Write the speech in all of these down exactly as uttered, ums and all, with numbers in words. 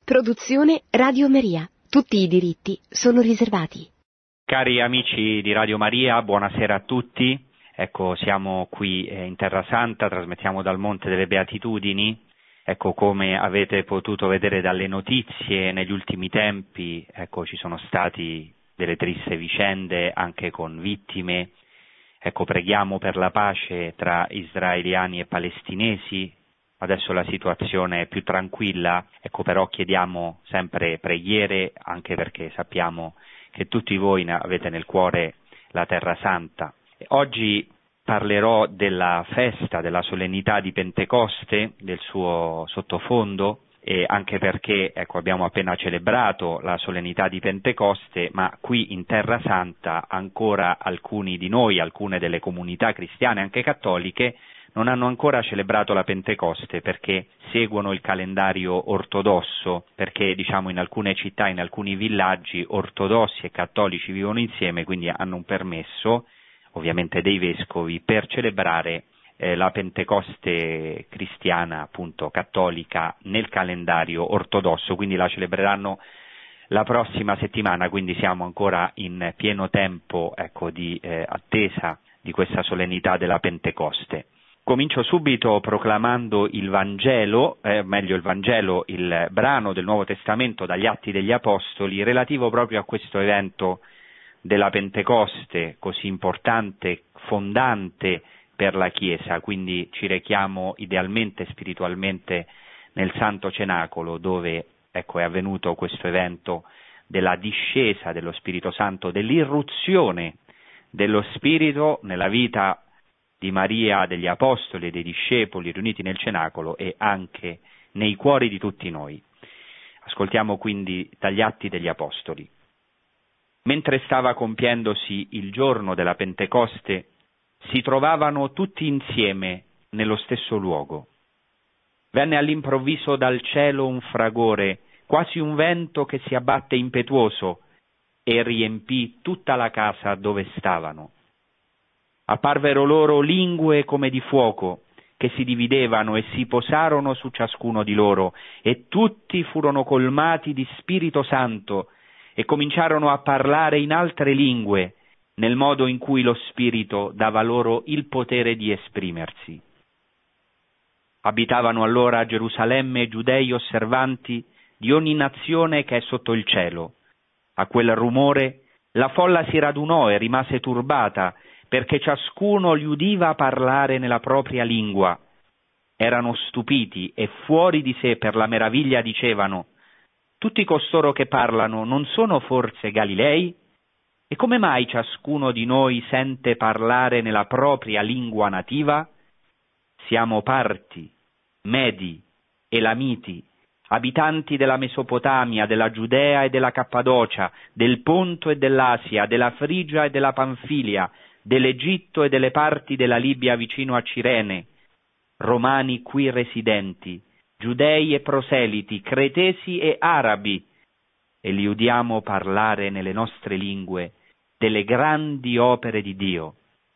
Produzione Radio Maria. Tutti i diritti sono riservati. Cari amici di Radio Maria, buonasera a tutti. Ecco, siamo qui in Terra Santa, trasmettiamo dal Monte delle Beatitudini. Ecco, come avete potuto vedere dalle notizie negli ultimi tempi, ecco, ci sono stati delle triste vicende anche con vittime. Ecco, preghiamo per la pace tra israeliani e palestinesi. Adesso la situazione è più tranquilla, ecco, però chiediamo sempre preghiere, anche perché sappiamo che tutti voi avete nel cuore la Terra Santa. Oggi parlerò della festa, della solennità di Pentecoste, del suo sottofondo, e anche perché, ecco, abbiamo appena celebrato la solennità di Pentecoste, ma qui in Terra Santa ancora alcuni di noi, alcune delle comunità cristiane, anche cattoliche, non hanno ancora celebrato la Pentecoste perché seguono il calendario ortodosso, perché diciamo in alcune città, in alcuni villaggi ortodossi e cattolici vivono insieme, quindi hanno un permesso, ovviamente dei vescovi, per celebrare eh, la Pentecoste cristiana, appunto cattolica, nel calendario ortodosso, quindi la celebreranno la prossima settimana, quindi siamo ancora in pieno tempo, ecco, di eh, attesa di questa solennità della Pentecoste. Comincio subito proclamando il Vangelo, eh, meglio il Vangelo, il brano del Nuovo Testamento dagli Atti degli Apostoli, relativo proprio a questo evento della Pentecoste, così importante, fondante per la Chiesa. Quindi ci rechiamo idealmente, spiritualmente, nel Santo Cenacolo, dove ecco, è avvenuto questo evento della discesa dello Spirito Santo, dell'irruzione dello Spirito nella vita di Maria, degli Apostoli e dei discepoli riuniti nel Cenacolo e anche nei cuori di tutti noi. Ascoltiamo quindi dagli Atti degli Apostoli. Mentre stava compiendosi il giorno della Pentecoste, si trovavano tutti insieme nello stesso luogo. Venne all'improvviso dal cielo un fragore, quasi un vento che si abbatte impetuoso, e riempì tutta la casa dove stavano. Apparvero loro lingue come di fuoco, che si dividevano e si posarono su ciascuno di loro, e tutti furono colmati di Spirito Santo e cominciarono a parlare in altre lingue, nel modo in cui lo Spirito dava loro il potere di esprimersi. Abitavano allora a Gerusalemme giudei osservanti di ogni nazione che è sotto il cielo. A quel rumore la folla si radunò e rimase turbata, perché ciascuno li udiva parlare nella propria lingua. Erano stupiti e fuori di sé per la meraviglia dicevano: tutti costoro che parlano non sono forse Galilei? E come mai ciascuno di noi sente parlare nella propria lingua nativa? Siamo Parti, Medi, Elamiti, abitanti della Mesopotamia, della Giudea e della Cappadocia, del Ponto e dell'Asia, della Frigia e della Panfilia, dell'Egitto e delle parti della Libia vicino a Cirene, romani qui residenti, giudei e proseliti, cretesi e arabi, e li udiamo parlare nelle nostre lingue delle grandi opere di Dio.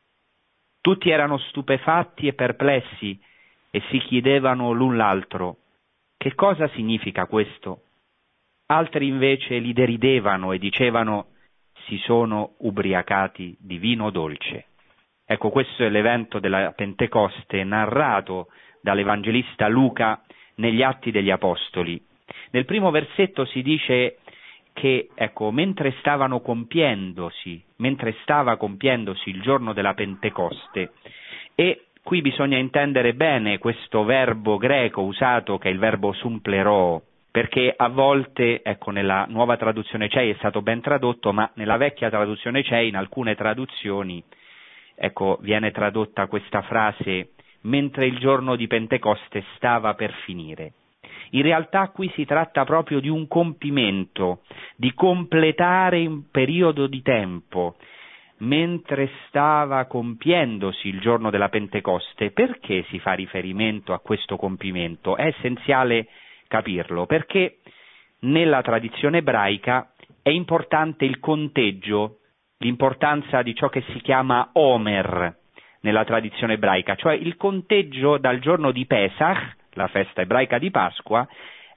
Tutti erano stupefatti e perplessi e si chiedevano l'un l'altro: che cosa significa questo? Altri invece li deridevano e dicevano: si sono ubriacati di vino dolce. Ecco, questo è l'evento della Pentecoste narrato dall'Evangelista Luca negli Atti degli Apostoli. Nel primo versetto si dice che, ecco, mentre stavano compiendosi, mentre stava compiendosi il giorno della Pentecoste, e qui bisogna intendere bene questo verbo greco usato, che è il verbo sumplerò, perché a volte, ecco, nella nuova traduzione C E I è stato ben tradotto, ma nella vecchia traduzione C E I, in alcune traduzioni, ecco, viene tradotta questa frase: mentre il giorno di Pentecoste stava per finire. In realtà qui si tratta proprio di un compimento, di completare un periodo di tempo. Mentre stava compiendosi il giorno della Pentecoste, perché si fa riferimento a questo compimento? È essenziale capirlo, perché nella tradizione ebraica è importante il conteggio, l'importanza di ciò che si chiama Omer nella tradizione ebraica, cioè il conteggio dal giorno di Pesach, la festa ebraica di Pasqua,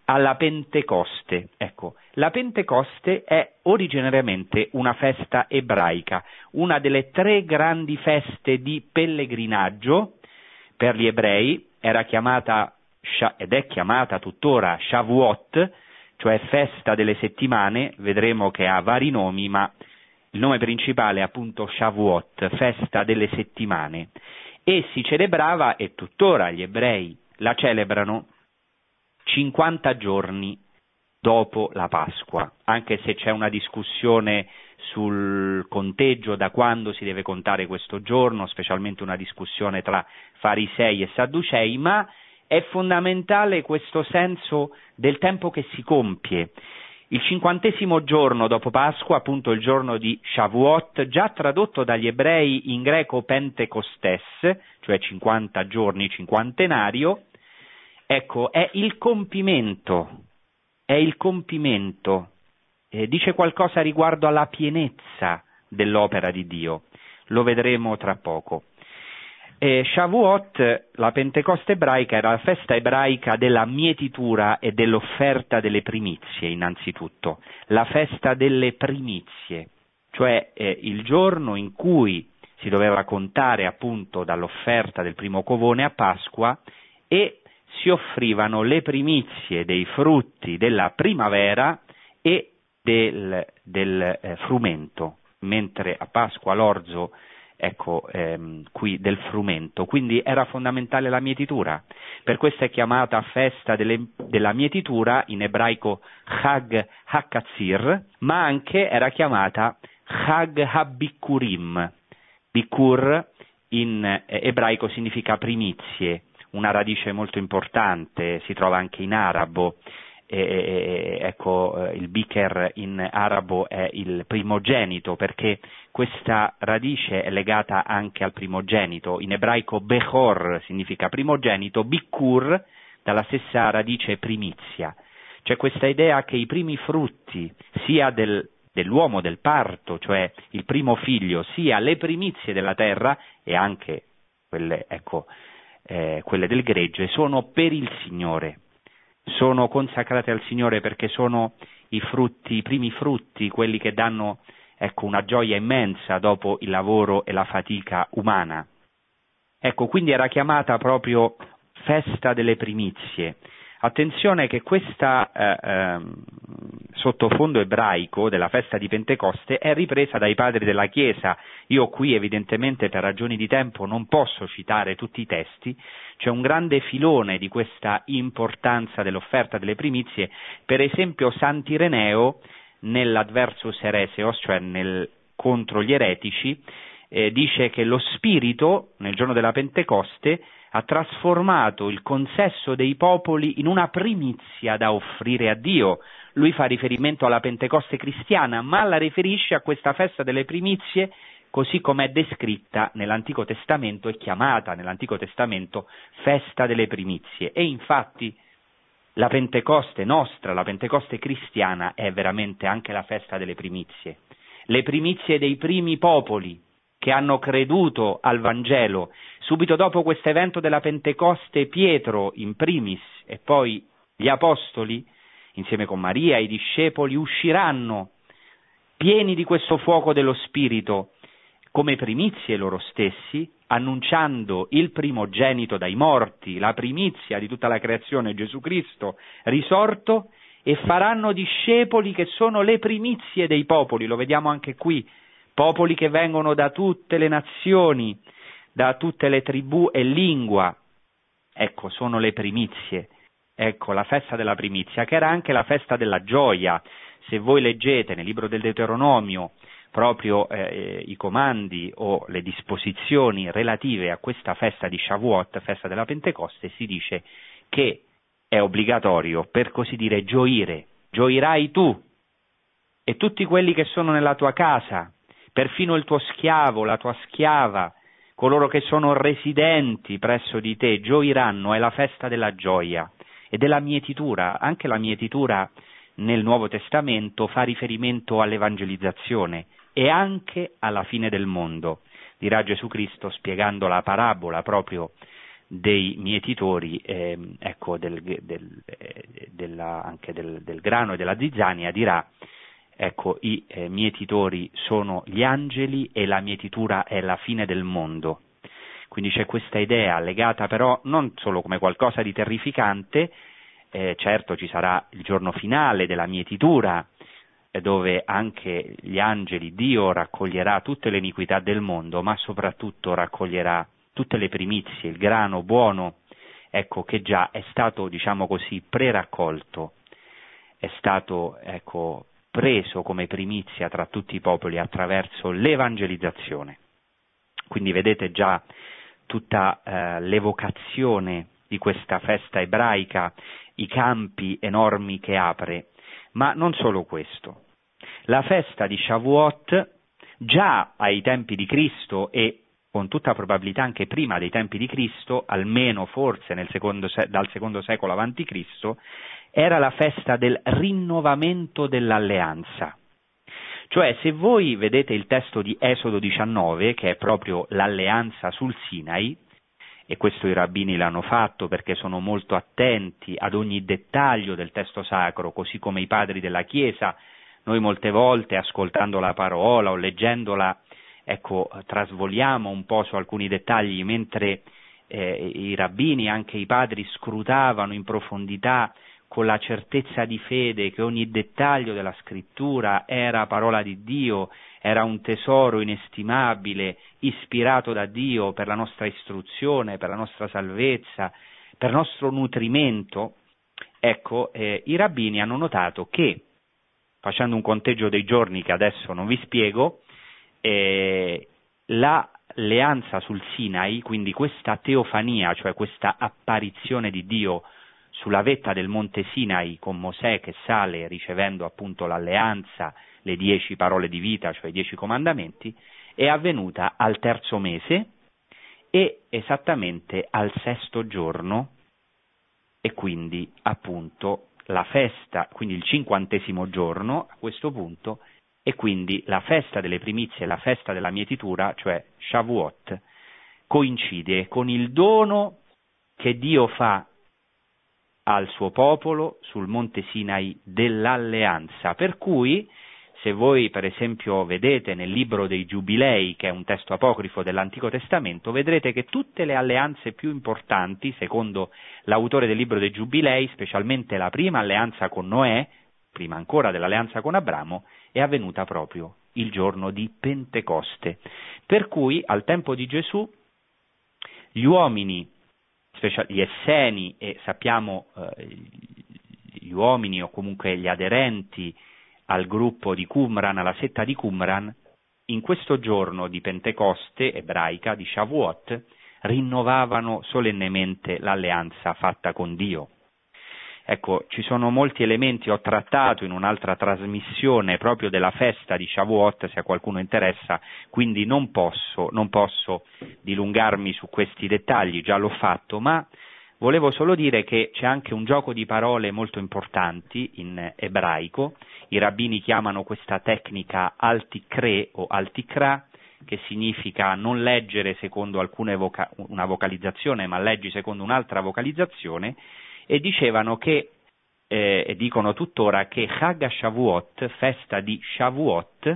alla Pentecoste. Ecco, la Pentecoste è originariamente una festa ebraica, una delle tre grandi feste di pellegrinaggio per gli ebrei. Era chiamata ed è chiamata tuttora Shavuot, cioè festa delle settimane. Vedremo che ha vari nomi, ma il nome principale è appunto Shavuot, festa delle settimane, e si celebrava, e tuttora gli ebrei la celebrano, cinquanta giorni dopo la Pasqua, anche se c'è una discussione sul conteggio, da quando si deve contare questo giorno, specialmente una discussione tra farisei e sadducei, ma è fondamentale questo senso del tempo che si compie. Il cinquantesimo giorno dopo Pasqua, appunto il giorno di Shavuot, già tradotto dagli ebrei in greco Pentecostes, cioè cinquanta giorni, cinquantenario, ecco, è il compimento, è il compimento, eh, dice qualcosa riguardo alla pienezza dell'opera di Dio, lo vedremo tra poco. Eh, Shavuot, la Pentecoste ebraica, era la festa ebraica della mietitura e dell'offerta delle primizie, innanzitutto, la festa delle primizie, cioè eh, il giorno in cui si doveva contare appunto dall'offerta del primo covone a Pasqua e si offrivano le primizie dei frutti della primavera e del, del eh, frumento, mentre a Pasqua l'orzo, ecco, ehm, qui del frumento, quindi era fondamentale la mietitura. Per questo è chiamata festa delle, della mietitura, in ebraico Chag HaKatzir, ma anche era chiamata Chag HaBikurim. Bikur in eh, ebraico significa primizie, una radice molto importante, si trova anche in arabo. E, ecco, il biker in arabo è il primogenito, perché questa radice è legata anche al primogenito. In ebraico Bechor significa primogenito, Bikur dalla stessa radice primizia. C'è questa idea che i primi frutti, sia del, dell'uomo del parto, cioè il primo figlio, sia le primizie della terra e anche quelle, ecco, eh, quelle del gregge, sono per il Signore. Sono consacrate al Signore perché sono i frutti, i primi frutti, quelli che danno, ecco, una gioia immensa dopo il lavoro e la fatica umana. Ecco, quindi era chiamata proprio festa delle primizie. Attenzione che questa eh, eh, sottofondo ebraico della festa di Pentecoste è ripresa dai padri della Chiesa. Io qui evidentemente per ragioni di tempo non posso citare tutti i testi. C'è un grande filone di questa importanza dell'offerta delle primizie, per esempio Sant'Ireneo nell'Adversus Hereseos, cioè nel, contro gli eretici, eh, dice che lo Spirito nel giorno della Pentecoste ha trasformato il consesso dei popoli in una primizia da offrire a Dio. Lui fa riferimento alla Pentecoste cristiana, ma la riferisce a questa festa delle primizie così come è descritta nell'Antico Testamento e chiamata nell'Antico Testamento festa delle primizie. E infatti la Pentecoste nostra, la Pentecoste cristiana, è veramente anche la festa delle primizie. Le primizie dei primi popoli che hanno creduto al Vangelo. Subito dopo questo evento della Pentecoste, Pietro in primis e poi gli apostoli, insieme con Maria e i discepoli, usciranno pieni di questo fuoco dello Spirito, come primizie loro stessi, annunciando il primogenito dai morti, la primizia di tutta la creazione, Gesù Cristo risorto, e faranno discepoli che sono le primizie dei popoli. Lo vediamo anche qui, popoli che vengono da tutte le nazioni, da tutte le tribù e lingua. Ecco, sono le primizie. Ecco, la festa della primizia, che era anche la festa della gioia. Se voi leggete nel libro del Deuteronomio proprio eh, i comandi o le disposizioni relative a questa festa di Shavuot, festa della Pentecoste, si dice che è obbligatorio, per così dire, gioire. Gioirai tu e tutti quelli che sono nella tua casa, perfino il tuo schiavo, la tua schiava, coloro che sono residenti presso di te, gioiranno. È la festa della gioia e della mietitura. Anche la mietitura nel Nuovo Testamento fa riferimento all'evangelizzazione e anche alla fine del mondo, dirà Gesù Cristo spiegando la parabola proprio dei mietitori, eh, ecco, del, del, eh, della, anche del, del grano e della zizzania, dirà, ecco, i eh, mietitori sono gli angeli e la mietitura è la fine del mondo. Quindi c'è questa idea legata però non solo come qualcosa di terrificante, eh, certo ci sarà il giorno finale della mietitura, eh, dove anche gli angeli, Dio raccoglierà tutte le iniquità del mondo, ma soprattutto raccoglierà tutte le primizie, il grano buono, ecco, che già è stato, diciamo così, preraccolto, è stato, ecco, preso come primizia tra tutti i popoli attraverso l'evangelizzazione. Quindi vedete già tutta eh, l'evocazione di questa festa ebraica, i campi enormi che apre, ma non solo questo. La festa di Shavuot, già ai tempi di Cristo e con tutta probabilità anche prima dei tempi di Cristo, almeno forse nel secondo, dal secondo secolo avanti Cristo, era la festa del rinnovamento dell'alleanza. Cioè, se voi vedete il testo di Esodo diciannove, che è proprio l'alleanza sul Sinai, e questo i rabbini l'hanno fatto perché sono molto attenti ad ogni dettaglio del testo sacro, così come i padri della Chiesa, noi molte volte ascoltando la parola o leggendola, ecco, trasvoliamo un po' su alcuni dettagli, mentre eh, i rabbini, anche i padri, scrutavano in profondità con la certezza di fede che ogni dettaglio della scrittura era parola di Dio, era un tesoro inestimabile, ispirato da Dio per la nostra istruzione, per la nostra salvezza, per il nostro nutrimento. Ecco, eh, i rabbini hanno notato che, facendo un conteggio dei giorni che adesso non vi spiego, eh, l'alleanza sul Sinai, quindi questa teofania, cioè questa apparizione di Dio sulla vetta del monte Sinai con Mosè che sale ricevendo appunto l'alleanza, le dieci parole di vita, cioè i dieci comandamenti, è avvenuta al terzo mese e esattamente al sesto giorno, e quindi appunto la festa, quindi il cinquantesimo giorno a questo punto, e quindi la festa delle primizie, la festa della mietitura, cioè Shavuot, coincide con il dono che Dio fa al suo popolo sul monte Sinai dell'alleanza, per cui se voi per esempio vedete nel libro dei Giubilei, che è un testo apocrifo dell'Antico Testamento, vedrete che tutte le alleanze più importanti, secondo l'autore del libro dei Giubilei, specialmente la prima alleanza con Noè, prima ancora dell'alleanza con Abramo, è avvenuta proprio il giorno di Pentecoste, per cui al tempo di Gesù gli uomini, gli Esseni, e sappiamo eh, gli uomini o comunque gli aderenti al gruppo di Qumran, alla setta di Qumran, in questo giorno di Pentecoste ebraica, di Shavuot, rinnovavano solennemente l'alleanza fatta con Dio. Ecco, ci sono molti elementi, ho trattato in un'altra trasmissione proprio della festa di Shavuot, se a qualcuno interessa, quindi non posso, non posso dilungarmi su questi dettagli, già l'ho fatto, ma volevo solo dire che c'è anche un gioco di parole molto importanti in ebraico. I rabbini chiamano questa tecnica altikre o altikra, che significa non leggere secondo alcune voca- una vocalizzazione, ma leggi secondo un'altra vocalizzazione, e dicevano che, eh, e dicono tuttora, che Chag Shavuot, festa di Shavuot,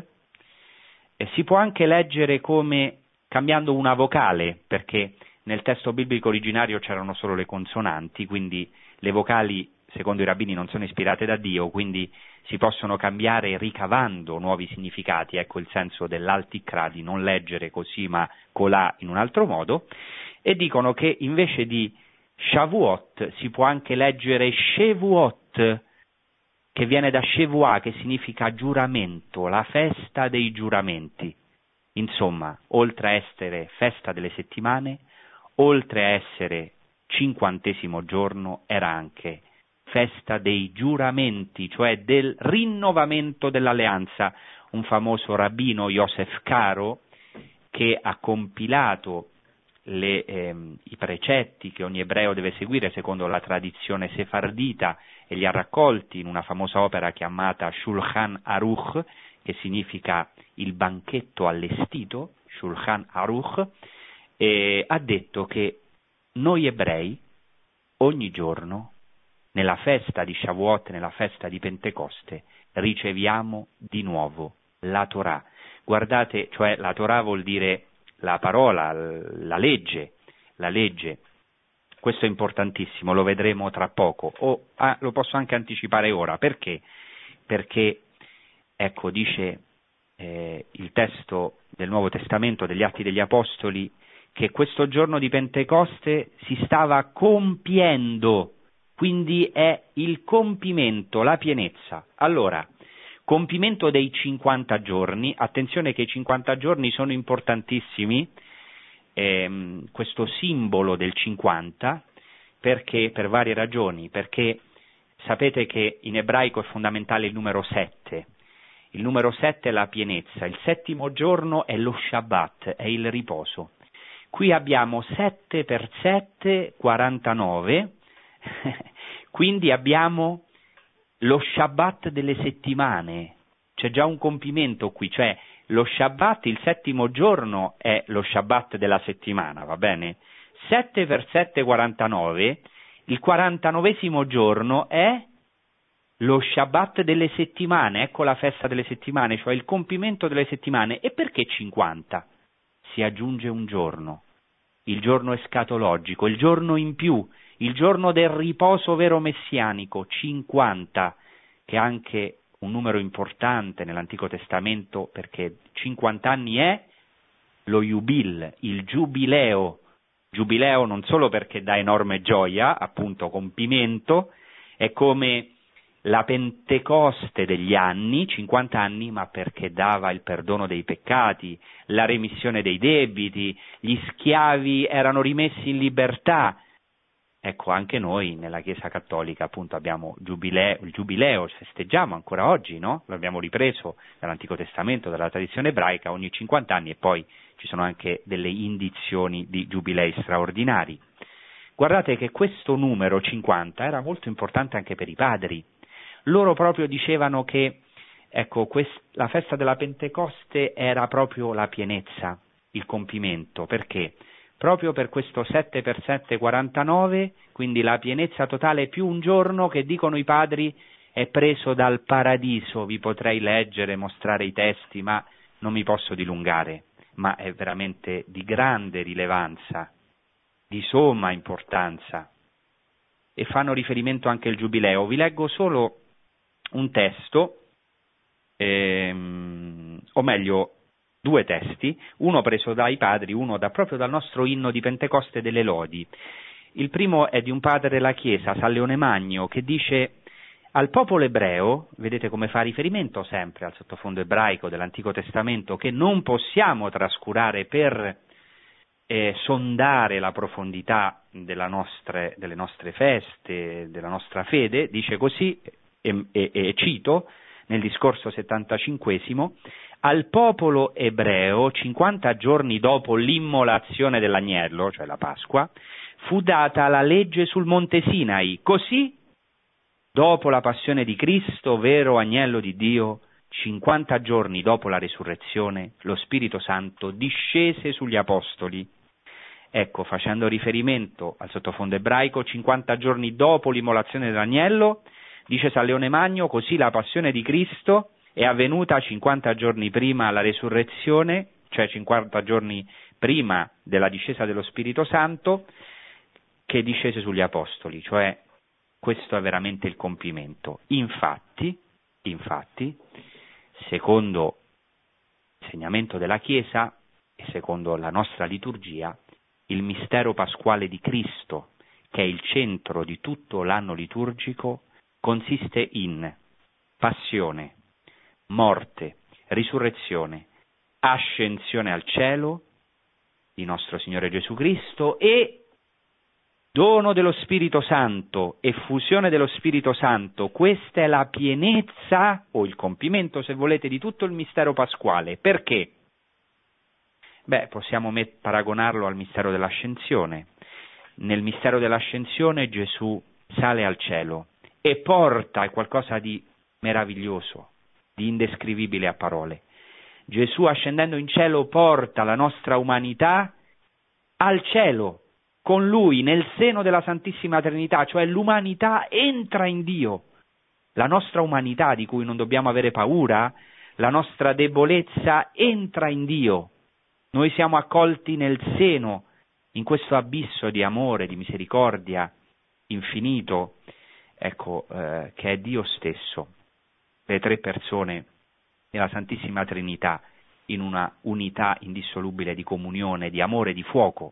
eh, si può anche leggere come cambiando una vocale, perché nel testo biblico originario c'erano solo le consonanti, quindi le vocali, secondo i rabbini, non sono ispirate da Dio, quindi si possono cambiare ricavando nuovi significati, ecco il senso dell'altikra, di non leggere così ma colà in un altro modo, e dicono che invece di Shavuot si può anche leggere Shevuot, che viene da Shevuah, che significa giuramento, la festa dei giuramenti. Insomma, oltre a essere festa delle settimane, oltre a essere cinquantesimo giorno, era anche festa dei giuramenti, cioè del rinnovamento dell'alleanza. Un famoso rabbino, Yosef Karo, che ha compilato Le, ehm, i precetti che ogni ebreo deve seguire secondo la tradizione sefardita e li ha raccolti in una famosa opera chiamata Shulchan Aruch, che significa il banchetto allestito, Shulchan Aruch, e ha detto che noi ebrei ogni giorno, nella festa di Shavuot, nella festa di Pentecoste, riceviamo di nuovo la Torah. Guardate, cioè la Torah vuol dire la parola, la legge, la legge. Questo è importantissimo, lo vedremo tra poco, o ah, lo posso anche anticipare ora. Perché? Perché, ecco, dice eh, il testo del Nuovo Testamento, degli Atti degli Apostoli, che questo giorno di Pentecoste si stava compiendo, quindi è il compimento, la pienezza. Allora, compimento dei cinquanta giorni, attenzione che i cinquanta giorni sono importantissimi, ehm, questo simbolo del cinquanta, perché per varie ragioni, perché sapete che in ebraico è fondamentale il numero sette, il numero sette è la pienezza, il settimo giorno è lo Shabbat, è il riposo. Qui abbiamo sette per sette, quarantanove, quindi abbiamo lo Shabbat delle settimane, c'è già un compimento qui, cioè lo Shabbat, il settimo giorno è lo Shabbat della settimana, va bene? sette per sette, quarantanove, il quarantanovesimo giorno è lo Shabbat delle settimane, ecco la festa delle settimane, cioè il compimento delle settimane. E perché cinquanta? Si aggiunge un giorno, il giorno escatologico, il giorno in più, il giorno del riposo vero messianico, cinquanta, che è anche un numero importante nell'Antico Testamento, perché cinquanta anni è lo Jubil, il giubileo, giubileo non solo perché dà enorme gioia, appunto compimento, è come la Pentecoste degli anni, cinquanta anni, ma perché dava il perdono dei peccati, la remissione dei debiti, gli schiavi erano rimessi in libertà. Ecco, anche noi nella Chiesa Cattolica appunto abbiamo giubileo, il giubileo, festeggiamo ancora oggi, no? L'abbiamo ripreso dall'Antico Testamento, dalla tradizione ebraica, ogni cinquanta anni, e poi ci sono anche delle indizioni di giubilei straordinari. Guardate che questo numero cinquanta era molto importante anche per i padri. Loro proprio dicevano che, ecco, quest- la festa della Pentecoste era proprio la pienezza, il compimento. Perché? Proprio per questo sette per sette, quarantanove, quindi la pienezza totale più un giorno che, dicono i padri, è preso dal paradiso. Vi potrei leggere, mostrare i testi, ma non mi posso dilungare, ma è veramente di grande rilevanza, di somma importanza, e fanno riferimento anche al giubileo. Vi leggo solo un testo, ehm, o meglio due testi, uno preso dai padri, uno da, proprio dal nostro inno di Pentecoste delle Lodi. Il primo è di un padre della Chiesa, San Leone Magno, che dice: al popolo ebreo, vedete come fa riferimento sempre al sottofondo ebraico dell'Antico Testamento, che non possiamo trascurare per eh, sondare la profondità della nostre, delle nostre feste, della nostra fede, dice così, e, e, e cito, nel discorso settantacinquesimo, al popolo ebreo, cinquanta giorni dopo l'immolazione dell'agnello, cioè la Pasqua, fu data la legge sul Monte Sinai. Così, dopo la passione di Cristo, vero agnello di Dio, cinquanta giorni dopo la risurrezione, lo Spirito Santo discese sugli apostoli. Ecco, facendo riferimento al sottofondo ebraico, cinquanta giorni dopo l'immolazione dell'agnello, dice San Leone Magno, così la passione di Cristo è avvenuta cinquanta giorni prima la resurrezione, cioè cinquanta giorni prima della discesa dello Spirito Santo, che discese sugli apostoli, cioè questo è veramente il compimento. Infatti, infatti, secondo l'insegnamento della Chiesa e secondo la nostra liturgia, il mistero pasquale di Cristo, che è il centro di tutto l'anno liturgico, consiste in passione, morte, risurrezione, ascensione al cielo di nostro Signore Gesù Cristo e dono dello Spirito Santo, effusione dello Spirito Santo. Questa è la pienezza, o il compimento, se volete, di tutto il mistero pasquale. Perché? Beh, possiamo met- paragonarlo al mistero dell'ascensione. Nel mistero dell'ascensione Gesù sale al cielo e porta qualcosa di meraviglioso, di indescrivibile a parole. Gesù, ascendendo in cielo, porta la nostra umanità al cielo, con Lui nel seno della Santissima Trinità, cioè l'umanità entra in Dio. La nostra umanità, di cui non dobbiamo avere paura, la nostra debolezza entra in Dio. Noi siamo accolti nel seno, in questo abisso di amore, di misericordia infinito, ecco, eh, che è Dio stesso, le tre persone della Santissima Trinità, in una unità indissolubile di comunione, di amore, di fuoco.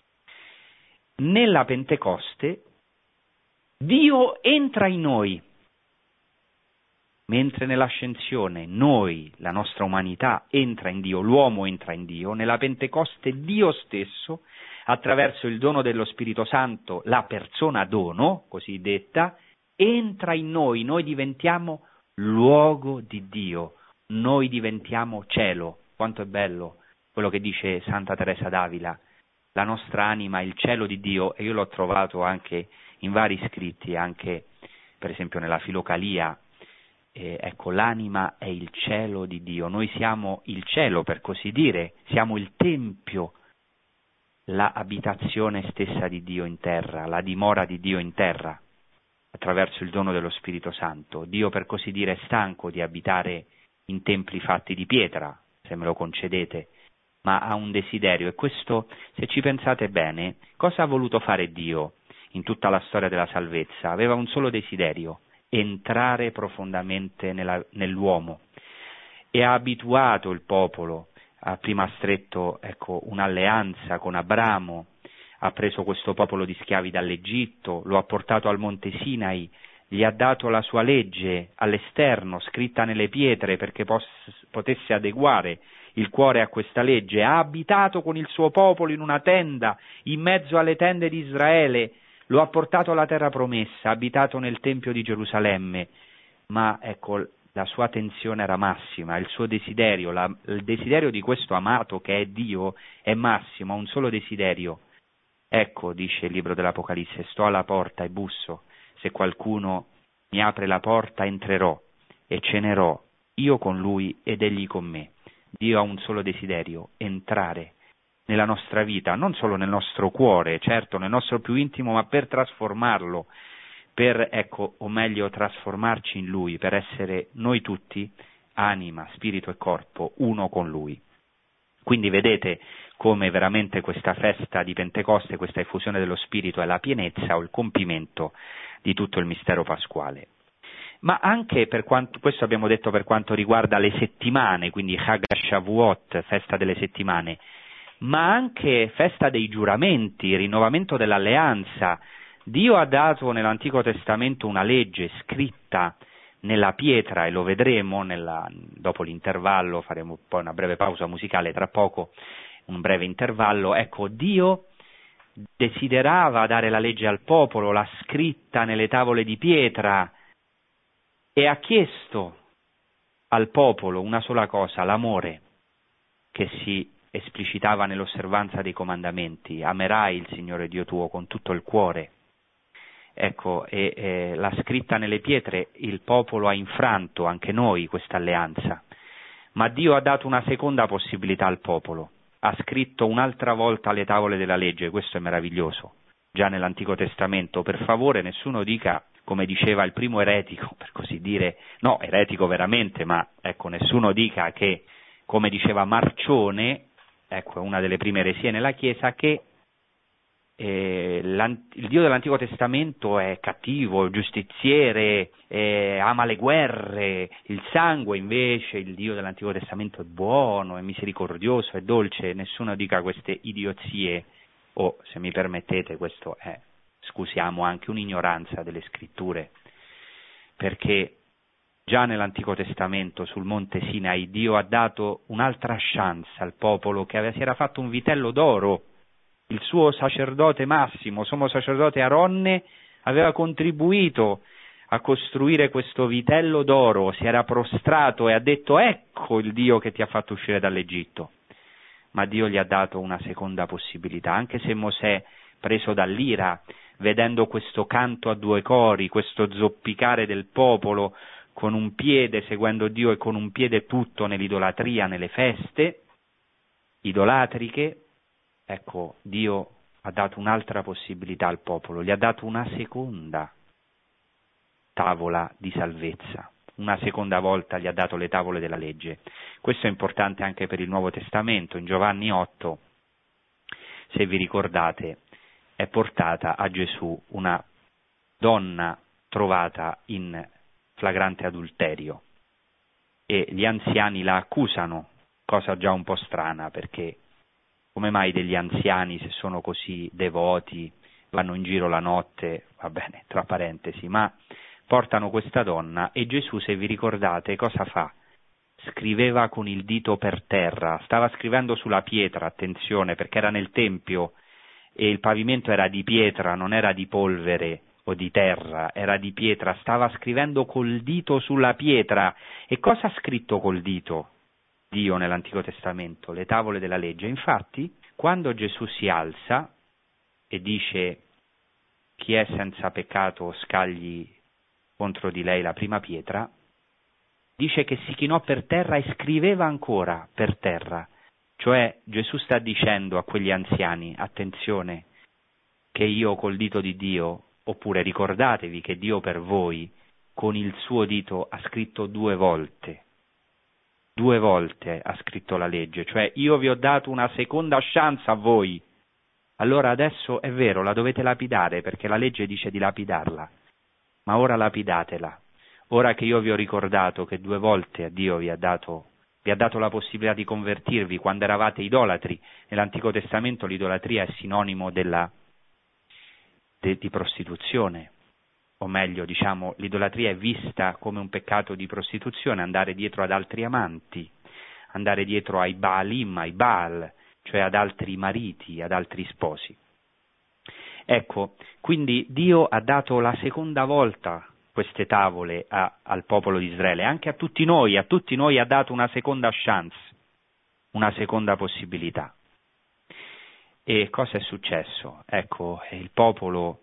Nella Pentecoste Dio entra in noi, mentre nell'ascensione noi, la nostra umanità, entra in Dio, l'uomo entra in Dio. Nella Pentecoste Dio stesso, attraverso il dono dello Spirito Santo, la persona dono, così detta, entra in noi, noi diventiamo luogo di Dio, noi diventiamo cielo. Quanto è bello quello che dice Santa Teresa d'Avila, la nostra anima è il cielo di Dio, e io l'ho trovato anche in vari scritti, anche per esempio nella Filocalia. Eh, ecco, l'anima è il cielo di Dio, noi siamo il cielo, per così dire, siamo il tempio, la abitazione stessa di Dio in terra, la dimora di Dio in terra, attraverso il dono dello Spirito Santo. Dio, per così dire, è stanco di abitare in templi fatti di pietra, se me lo concedete, ma ha un desiderio, e questo, se ci pensate bene, cosa ha voluto fare Dio in tutta la storia della salvezza? Aveva un solo desiderio: entrare profondamente nella, nell'uomo, e ha abituato il popolo, ha prima stretto ecco, un'alleanza con Abramo, ha preso questo popolo di schiavi dall'Egitto, lo ha portato al Monte Sinai, gli ha dato la sua legge all'esterno, scritta nelle pietre, perché pos- potesse adeguare il cuore a questa legge, ha abitato con il suo popolo in una tenda, in mezzo alle tende di Israele, lo ha portato alla terra promessa, ha abitato nel Tempio di Gerusalemme, ma ecco, la sua tensione era massima, il suo desiderio, la, il desiderio di questo amato che è Dio è massimo, ha un solo desiderio. Ecco, dice il libro dell'Apocalisse, sto alla porta e busso, se qualcuno mi apre la porta entrerò e cenerò, io con lui ed egli con me. Dio ha un solo desiderio: entrare nella nostra vita, non solo nel nostro cuore, certo, nel nostro più intimo, ma per trasformarlo, per, ecco, o meglio, trasformarci in Lui, per essere noi tutti, anima, spirito e corpo, uno con Lui. Quindi vedete come veramente questa festa di Pentecoste, questa effusione dello Spirito, è la pienezza o il compimento di tutto il mistero pasquale. Ma anche per quanto, questo abbiamo detto per quanto riguarda le settimane, quindi Chag Shavuot, festa delle settimane, ma anche festa dei giuramenti, rinnovamento dell'alleanza. Dio ha dato nell'Antico Testamento una legge scritta nella pietra, e lo vedremo nella, dopo l'intervallo, faremo poi una breve pausa musicale tra poco, un breve intervallo. Ecco, Dio desiderava dare la legge al popolo, l'ha scritta nelle tavole di pietra, e ha chiesto al popolo una sola cosa: l'amore, che si esplicitava nell'osservanza dei comandamenti. Amerai il Signore Dio tuo con tutto il cuore. Ecco, e, e l'ha scritta nelle pietre, il popolo ha infranto, anche noi, questa alleanza. Ma Dio ha dato una seconda possibilità al popolo, ha scritto un'altra volta le tavole della legge, questo è meraviglioso, già nell'Antico Testamento. Per favore nessuno dica, come diceva il primo eretico, per così dire, no, eretico veramente, ma ecco, nessuno dica che, come diceva Marcione, ecco, una delle prime eresie nella Chiesa, che eh, il Dio dell'Antico Testamento è cattivo, giustiziere, eh, ama le guerre, il sangue. Invece il Dio dell'Antico Testamento è buono, è misericordioso, è dolce. Nessuno dica queste idiozie, o, se mi permettete, questo è, scusiamo, anche un'ignoranza delle scritture, perché già nell'Antico Testamento, sul Monte Sinai, Dio ha dato un'altra chance al popolo che aveva, si era fatto un vitello d'oro. Il suo sacerdote massimo, sommo sacerdote Aronne, aveva contribuito a costruire questo vitello d'oro, si era prostrato e ha detto: ecco il Dio che ti ha fatto uscire dall'Egitto. Ma Dio gli ha dato una seconda possibilità, anche se Mosè, preso dall'ira, vedendo questo canto a due cori, questo zoppicare del popolo, con un piede seguendo Dio e con un piede tutto nell'idolatria, nelle feste idolatriche, ecco, Dio ha dato un'altra possibilità al popolo, gli ha dato una seconda tavola di salvezza, una seconda volta gli ha dato le tavole della legge. Questo è importante anche per il Nuovo Testamento. In Giovanni otto, se vi ricordate, è portata a Gesù una donna trovata in flagrante adulterio e gli anziani la accusano, cosa già un po' strana, perché come mai degli anziani, se sono così devoti, vanno in giro la notte, va bene, tra parentesi, ma portano questa donna e Gesù, se vi ricordate, cosa fa? Scriveva con il dito per terra, stava scrivendo sulla pietra, attenzione, perché era nel Tempio e il pavimento era di pietra, non era di polvere o di terra, era di pietra, stava scrivendo col dito sulla pietra. E cosa ha scritto col dito Dio nell'Antico Testamento? Le tavole della legge. Infatti, quando Gesù si alza e dice chi è senza peccato scagli contro di lei la prima pietra, dice che si chinò per terra e scriveva ancora per terra. Cioè Gesù sta dicendo a quegli anziani, attenzione, che io col dito di Dio, oppure ricordatevi che Dio per voi con il suo dito ha scritto due volte, due volte ha scritto la legge, cioè io vi ho dato una seconda chance a voi, allora adesso è vero, la dovete lapidare perché la legge dice di lapidarla, ma ora lapidatela, ora che io vi ho ricordato che due volte Dio vi ha dato vi ha dato la possibilità di convertirvi quando eravate idolatri. Nell'Antico Testamento l'idolatria è sinonimo della, de, di prostituzione, o meglio, diciamo, l'idolatria è vista come un peccato di prostituzione, andare dietro ad altri amanti, andare dietro ai Baalim, ai Baal, cioè ad altri mariti, ad altri sposi. Ecco, quindi Dio ha dato la seconda volta queste tavole a, al popolo di Israele, anche a tutti noi, a tutti noi ha dato una seconda chance, una seconda possibilità. E cosa è successo? Ecco, il popolo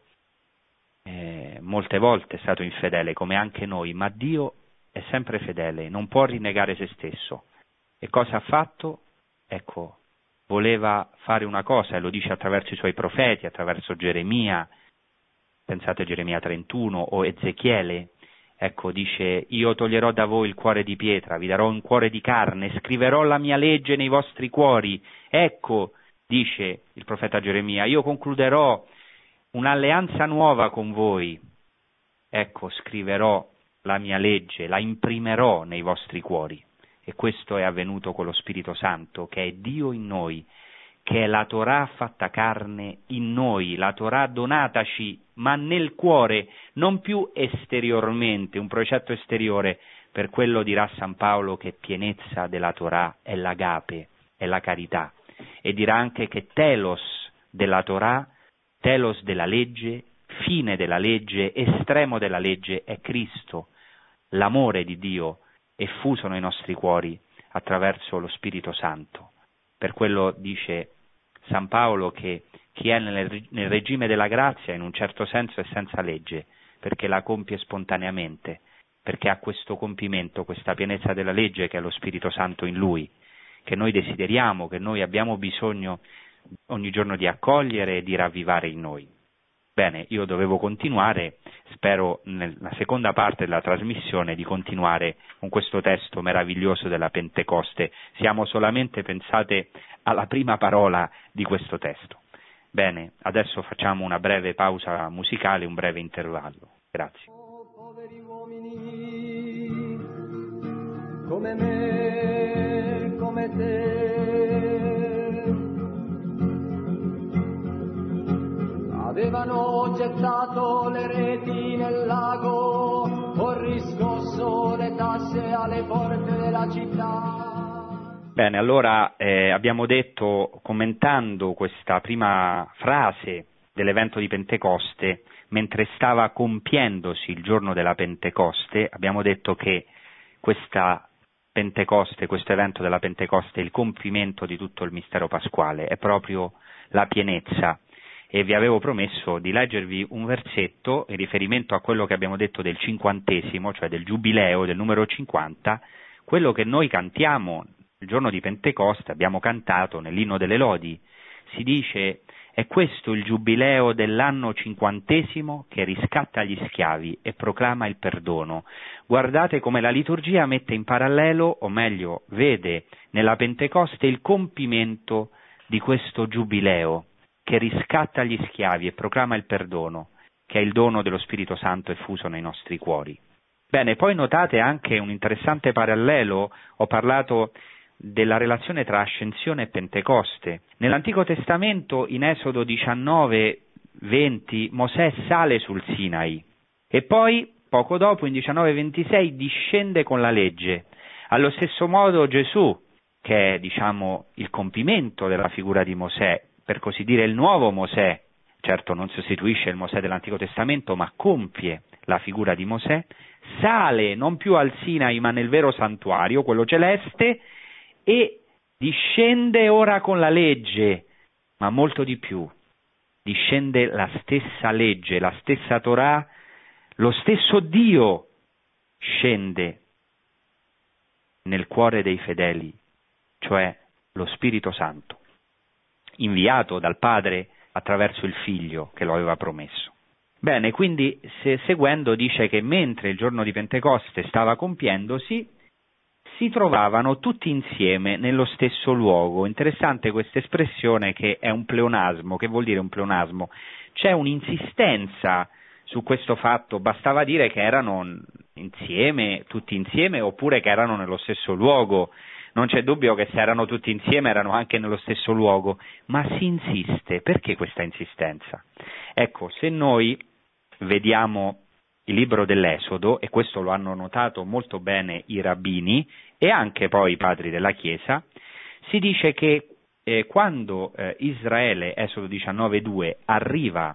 eh, molte volte è stato infedele, come anche noi, ma Dio è sempre fedele, non può rinnegare se stesso. E cosa ha fatto? Ecco, voleva fare una cosa, e lo dice attraverso i suoi profeti, attraverso Geremia, pensate a Geremia trentuno o Ezechiele, ecco, dice, io toglierò da voi il cuore di pietra, vi darò un cuore di carne, scriverò la mia legge nei vostri cuori. Ecco, dice il profeta Geremia, io concluderò un'alleanza nuova con voi. Ecco, scriverò la mia legge, la imprimerò nei vostri cuori. E questo è avvenuto con lo Spirito Santo, che è Dio in noi, che è la Torah fatta carne in noi, la Torah donataci, ma nel cuore, non più esteriormente, un precetto esteriore. Per quello dirà San Paolo che pienezza della Torah è l'agape, è la carità. E dirà anche che telos della Torah, telos della legge, fine della legge, estremo della legge è Cristo, l'amore di Dio effuso nei nostri cuori attraverso lo Spirito Santo. Per quello dice San Paolo che chi è nel, nel regime della grazia in un certo senso è senza legge, perché la compie spontaneamente, perché ha questo compimento, questa pienezza della legge che è lo Spirito Santo in lui, che noi desideriamo, che noi abbiamo bisogno ogni giorno di accogliere e di ravvivare in noi. Bene, io dovevo continuare, spero nella seconda parte della trasmissione di continuare con questo testo meraviglioso della Pentecoste. Siamo solamente, pensate, alla prima parola di questo testo. Bene, adesso facciamo una breve pausa musicale, un breve intervallo. Grazie. Oh, poveri uomini, come me, come te, avevano gettato le reti nel lago, ho riscosso le tasse alle porte della città. Bene, allora eh, abbiamo detto, commentando questa prima frase dell'evento di Pentecoste, mentre stava compiendosi il giorno della Pentecoste, abbiamo detto che questa Pentecoste, questo evento della Pentecoste è il compimento di tutto il mistero pasquale, è proprio la pienezza. E vi avevo promesso di leggervi un versetto in riferimento a quello che abbiamo detto del cinquantesimo, cioè del giubileo, del numero cinquanta, quello che noi cantiamo il giorno di Pentecoste, abbiamo cantato nell'inno delle lodi. Si dice, È questo il giubileo dell'anno cinquantesimo che riscatta gli schiavi e proclama il perdono. Guardate come la liturgia mette in parallelo, o meglio, vede nella Pentecoste il compimento di questo giubileo che riscatta gli schiavi e proclama il perdono, che è il dono dello Spirito Santo effuso nei nostri cuori. Bene, poi notate anche un interessante parallelo, ho parlato della relazione tra ascensione e Pentecoste. Nell'Antico Testamento, in Esodo diciannove venti, Mosè sale sul Sinai e poi, poco dopo, in diciannove ventisei, discende con la legge. Allo stesso modo Gesù, che è, diciamo, il compimento della figura di Mosè, per così dire il nuovo Mosè, certo non sostituisce il Mosè dell'Antico Testamento, ma compie la figura di Mosè, sale non più al Sinai ma nel vero santuario, quello celeste, e discende ora con la legge, ma molto di più, discende la stessa legge, la stessa Torah, lo stesso Dio scende nel cuore dei fedeli, cioè lo Spirito Santo, inviato dal Padre attraverso il Figlio che lo aveva promesso. Bene, quindi se, seguendo dice che mentre il giorno di Pentecoste stava compiendosi, si trovavano tutti insieme nello stesso luogo. Interessante questa espressione che è un pleonasmo. Che vuol dire un pleonasmo? C'è un'insistenza su questo fatto, bastava dire che erano insieme, tutti insieme, oppure che erano nello stesso luogo. Non c'è dubbio che se erano tutti insieme erano anche nello stesso luogo, ma si insiste. Perché questa insistenza? Ecco, se noi vediamo il libro dell'Esodo, e questo lo hanno notato molto bene i rabbini e anche poi i padri della Chiesa, si dice che eh, quando eh, Israele, Esodo diciannove due, arriva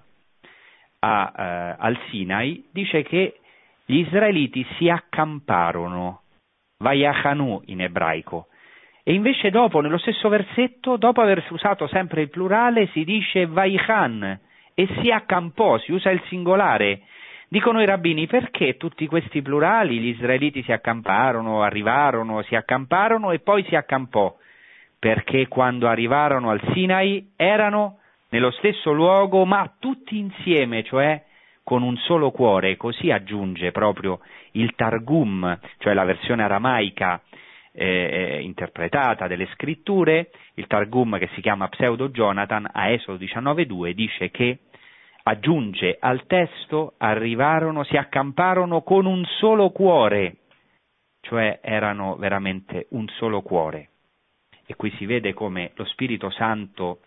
a, eh, al Sinai, dice che gli israeliti si accamparono, vayachanu in ebraico, e invece dopo, nello stesso versetto, dopo aver usato sempre il plurale, si dice vaichan, e si accampò, si usa il singolare. Dicono i rabbini, perché tutti questi plurali, gli israeliti si accamparono, arrivarono, si accamparono e poi si accampò? Perché quando arrivarono al Sinai erano nello stesso luogo, ma tutti insieme, cioè con un solo cuore. Così aggiunge proprio il Targum, cioè la versione aramaica eh, interpretata delle scritture, il Targum che si chiama Pseudo Jonathan, a Esodo diciannove due dice che aggiunge al testo, arrivarono, si accamparono con un solo cuore, cioè erano veramente un solo cuore. E qui si vede come lo Spirito Santo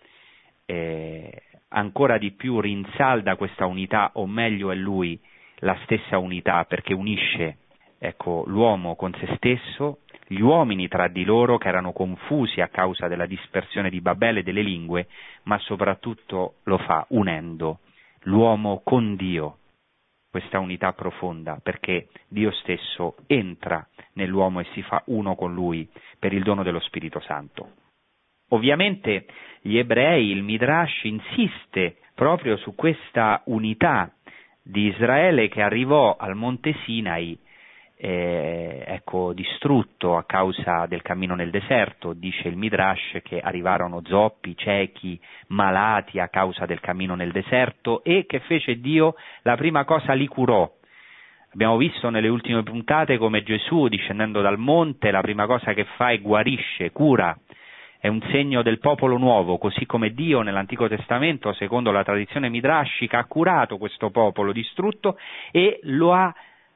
eh, ancora di più rinsalda questa unità, o meglio è Lui la stessa unità, perché unisce, ecco, l'uomo con se stesso, gli uomini tra di loro che erano confusi a causa della dispersione di Babele e delle lingue, ma soprattutto lo fa unendo l'uomo con Dio, questa unità profonda, perché Dio stesso entra nell'uomo e si fa uno con lui per il dono dello Spirito Santo. Ovviamente gli ebrei, il Midrash insiste proprio su questa unità di Israele che arrivò al Monte Sinai Eh, ecco, distrutto a causa del cammino nel deserto. Dice il Midrash che arrivarono zoppi, ciechi, malati a causa del cammino nel deserto, e che fece Dio? La prima cosa li curò. Abbiamo visto nelle ultime puntate come Gesù, discendendo dal monte, la prima cosa che fa è guarisce, cura. È un segno del popolo nuovo, così come Dio nell'Antico Testamento, secondo la tradizione midrashica, ha curato questo popolo distrutto e lo ha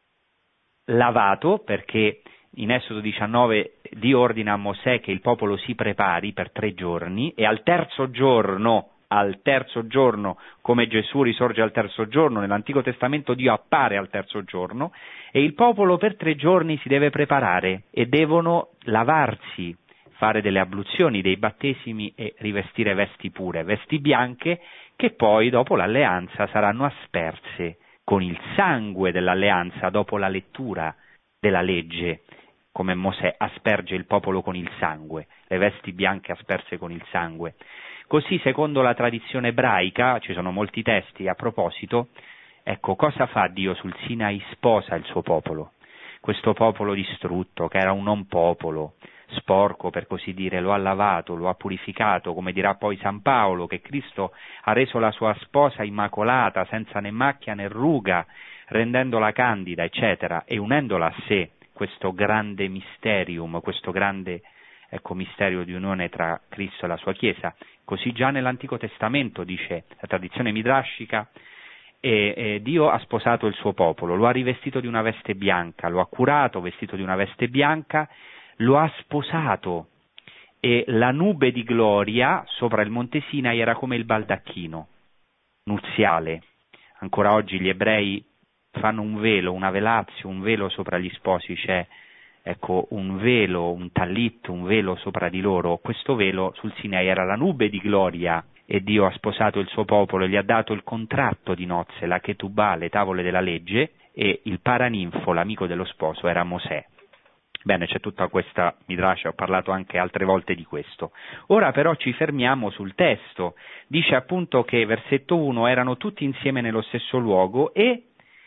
lavato, perché in Esodo diciannove Dio ordina a Mosè che il popolo si prepari per tre giorni e al terzo giorno, al terzo giorno, come Gesù risorge al terzo giorno, nell'Antico Testamento Dio appare al terzo giorno e il popolo per tre giorni si deve preparare e devono lavarsi, fare delle abluzioni, dei battesimi e rivestire vesti pure, vesti bianche che poi dopo l'alleanza saranno asperse con il sangue dell'alleanza dopo la lettura della legge, come Mosè asperge il popolo con il sangue, le vesti bianche asperse con il sangue. Così, secondo la tradizione ebraica, ci sono molti testi a proposito, ecco, cosa fa Dio sul Sinai? Sposa il suo popolo, questo popolo distrutto, che era un non popolo, sporco, per così dire, lo ha lavato, lo ha purificato, come dirà poi San Paolo, che Cristo ha reso la sua sposa immacolata, senza né macchia né ruga, rendendola candida, eccetera, e unendola a sé, questo grande mysterium, questo grande ecco, mistero di unione tra Cristo e la sua Chiesa. Così già nell'Antico Testamento, dice la tradizione midrashica, e, e Dio ha sposato il suo popolo, lo ha rivestito di una veste bianca, lo ha curato vestito di una veste bianca, lo ha sposato, e la nube di gloria sopra il monte Sinai era come il baldacchino nuziale. Ancora oggi gli ebrei fanno un velo, una velazio, un velo sopra gli sposi, c'è ecco un velo, un tallit, un velo sopra di loro. Questo velo sul Sinai era la nube di gloria, e Dio ha sposato il suo popolo e gli ha dato il contratto di nozze, la ketubah, le tavole della legge, e il paraninfo, l'amico dello sposo, era Mosè. Bene, c'è tutta questa midrasha, ho parlato anche altre volte di questo. Ora però ci fermiamo sul testo. Dice appunto che, versetto uno, erano tutti insieme nello stesso luogo e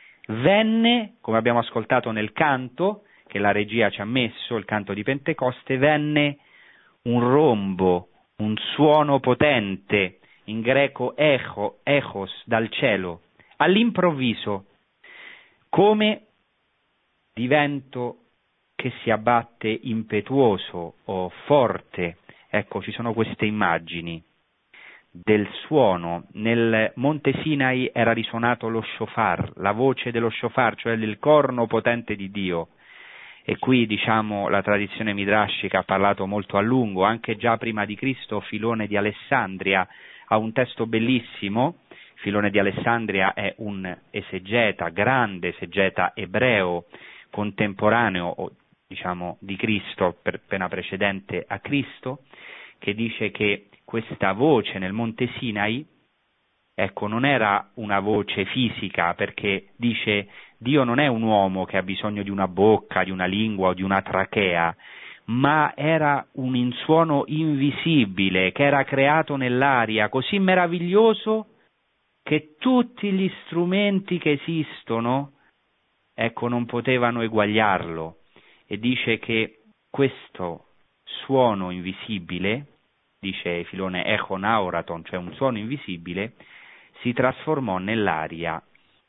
venne, come abbiamo ascoltato nel canto, che la regia ci ha messo, il canto di Pentecoste, venne un rombo, un suono potente, in greco echo, echos, dal cielo, all'improvviso, come di vento che si abbatte impetuoso o forte. Ecco, ci sono queste immagini del suono. Nel monte Sinai era risuonato lo shofar, la voce dello shofar, cioè il corno potente di Dio. E qui, diciamo, la tradizione midrashica ha parlato molto a lungo. Anche già prima di Cristo Filone di Alessandria ha un testo bellissimo. Filone di Alessandria è un esegeta, grande esegeta ebreo, contemporaneo, o diciamo di Cristo, per appena precedente a Cristo, che dice che questa voce nel monte Sinai, ecco, non era una voce fisica, perché dice Dio non è un uomo che ha bisogno di una bocca, di una lingua o di una trachea, ma era un insuono invisibile che era creato nell'aria, così meraviglioso che tutti gli strumenti che esistono, ecco, non potevano eguagliarlo. E dice che questo suono invisibile, dice Filone echon auraton, cioè un suono invisibile, si trasformò nell'aria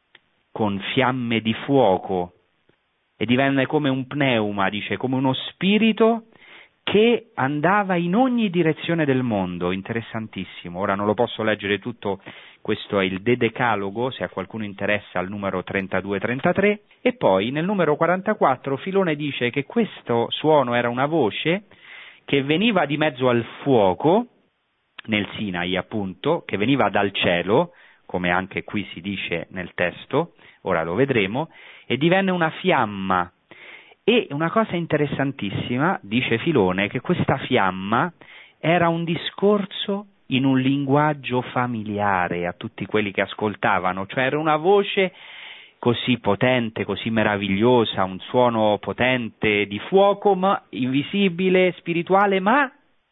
con fiamme di fuoco e divenne come un pneuma, dice, come uno spirito che andava in ogni direzione del mondo. Interessantissimo. Ora non lo posso leggere tutto, questo è il Dedecalogo, se a qualcuno interessa, al numero trentadue trentatré, e poi nel numero quarantaquattro Filone dice che questo suono era una voce che veniva di mezzo al fuoco, nel Sinai appunto, che veniva dal cielo, come anche qui si dice nel testo, ora lo vedremo, e divenne una fiamma. E una cosa interessantissima, dice Filone, che questa fiamma era un discorso in un linguaggio familiare a tutti quelli che ascoltavano, cioè era una voce così potente, così meravigliosa, un suono potente di fuoco, ma invisibile, spirituale, ma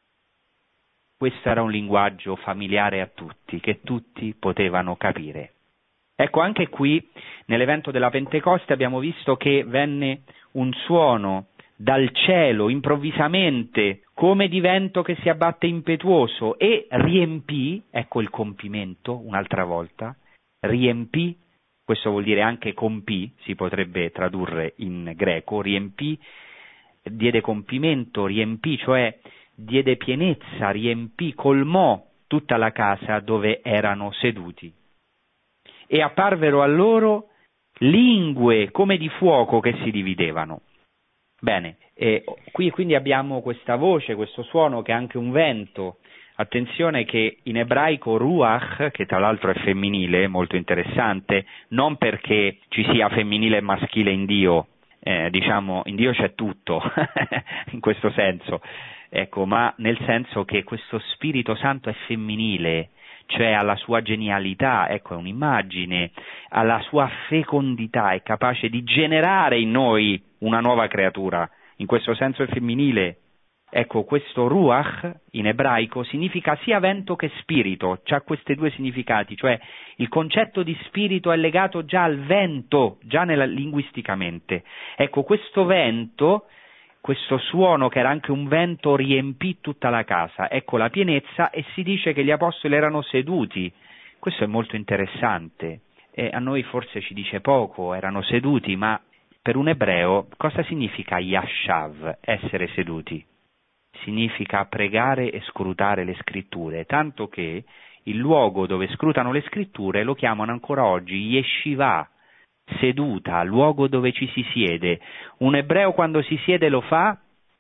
questo era un linguaggio familiare a tutti, che tutti potevano capire. Ecco, anche qui, nell'evento della Pentecoste, abbiamo visto che venne un suono dal cielo, improvvisamente, come di vento che si abbatte impetuoso, e riempì, ecco il compimento, un'altra volta, riempì, questo vuol dire anche compì, si potrebbe tradurre in greco, riempì, diede compimento, riempì, cioè diede pienezza, riempì, colmò tutta la casa dove erano seduti. E apparvero a loro lingue come di fuoco che si dividevano. Bene, e qui quindi abbiamo questa voce, questo suono che è anche un vento. Attenzione che in ebraico ruach, che tra l'altro è femminile, molto interessante, non perché ci sia femminile e maschile in Dio, eh, diciamo in Dio c'è tutto, in questo senso, ecco, ma nel senso che questo Spirito Santo è femminile, cioè alla sua genialità, ecco è un'immagine, alla sua fecondità, è capace di generare in noi una nuova creatura, in questo senso è femminile. Ecco, questo ruach in ebraico significa sia vento che spirito, c'ha questi due significati, cioè il concetto di spirito è legato già al vento, già nella, linguisticamente. Ecco, questo vento, questo suono che era anche un vento riempì tutta la casa, ecco la pienezza, e si dice che gli apostoli erano seduti. Questo è molto interessante e a noi forse ci dice poco, erano seduti, ma per un ebreo cosa significa yashav, essere seduti? Significa pregare e scrutare le scritture, tanto che il luogo dove scrutano le scritture lo chiamano ancora oggi yeshiva, seduta, luogo dove ci si siede. Un ebreo quando si siede lo fa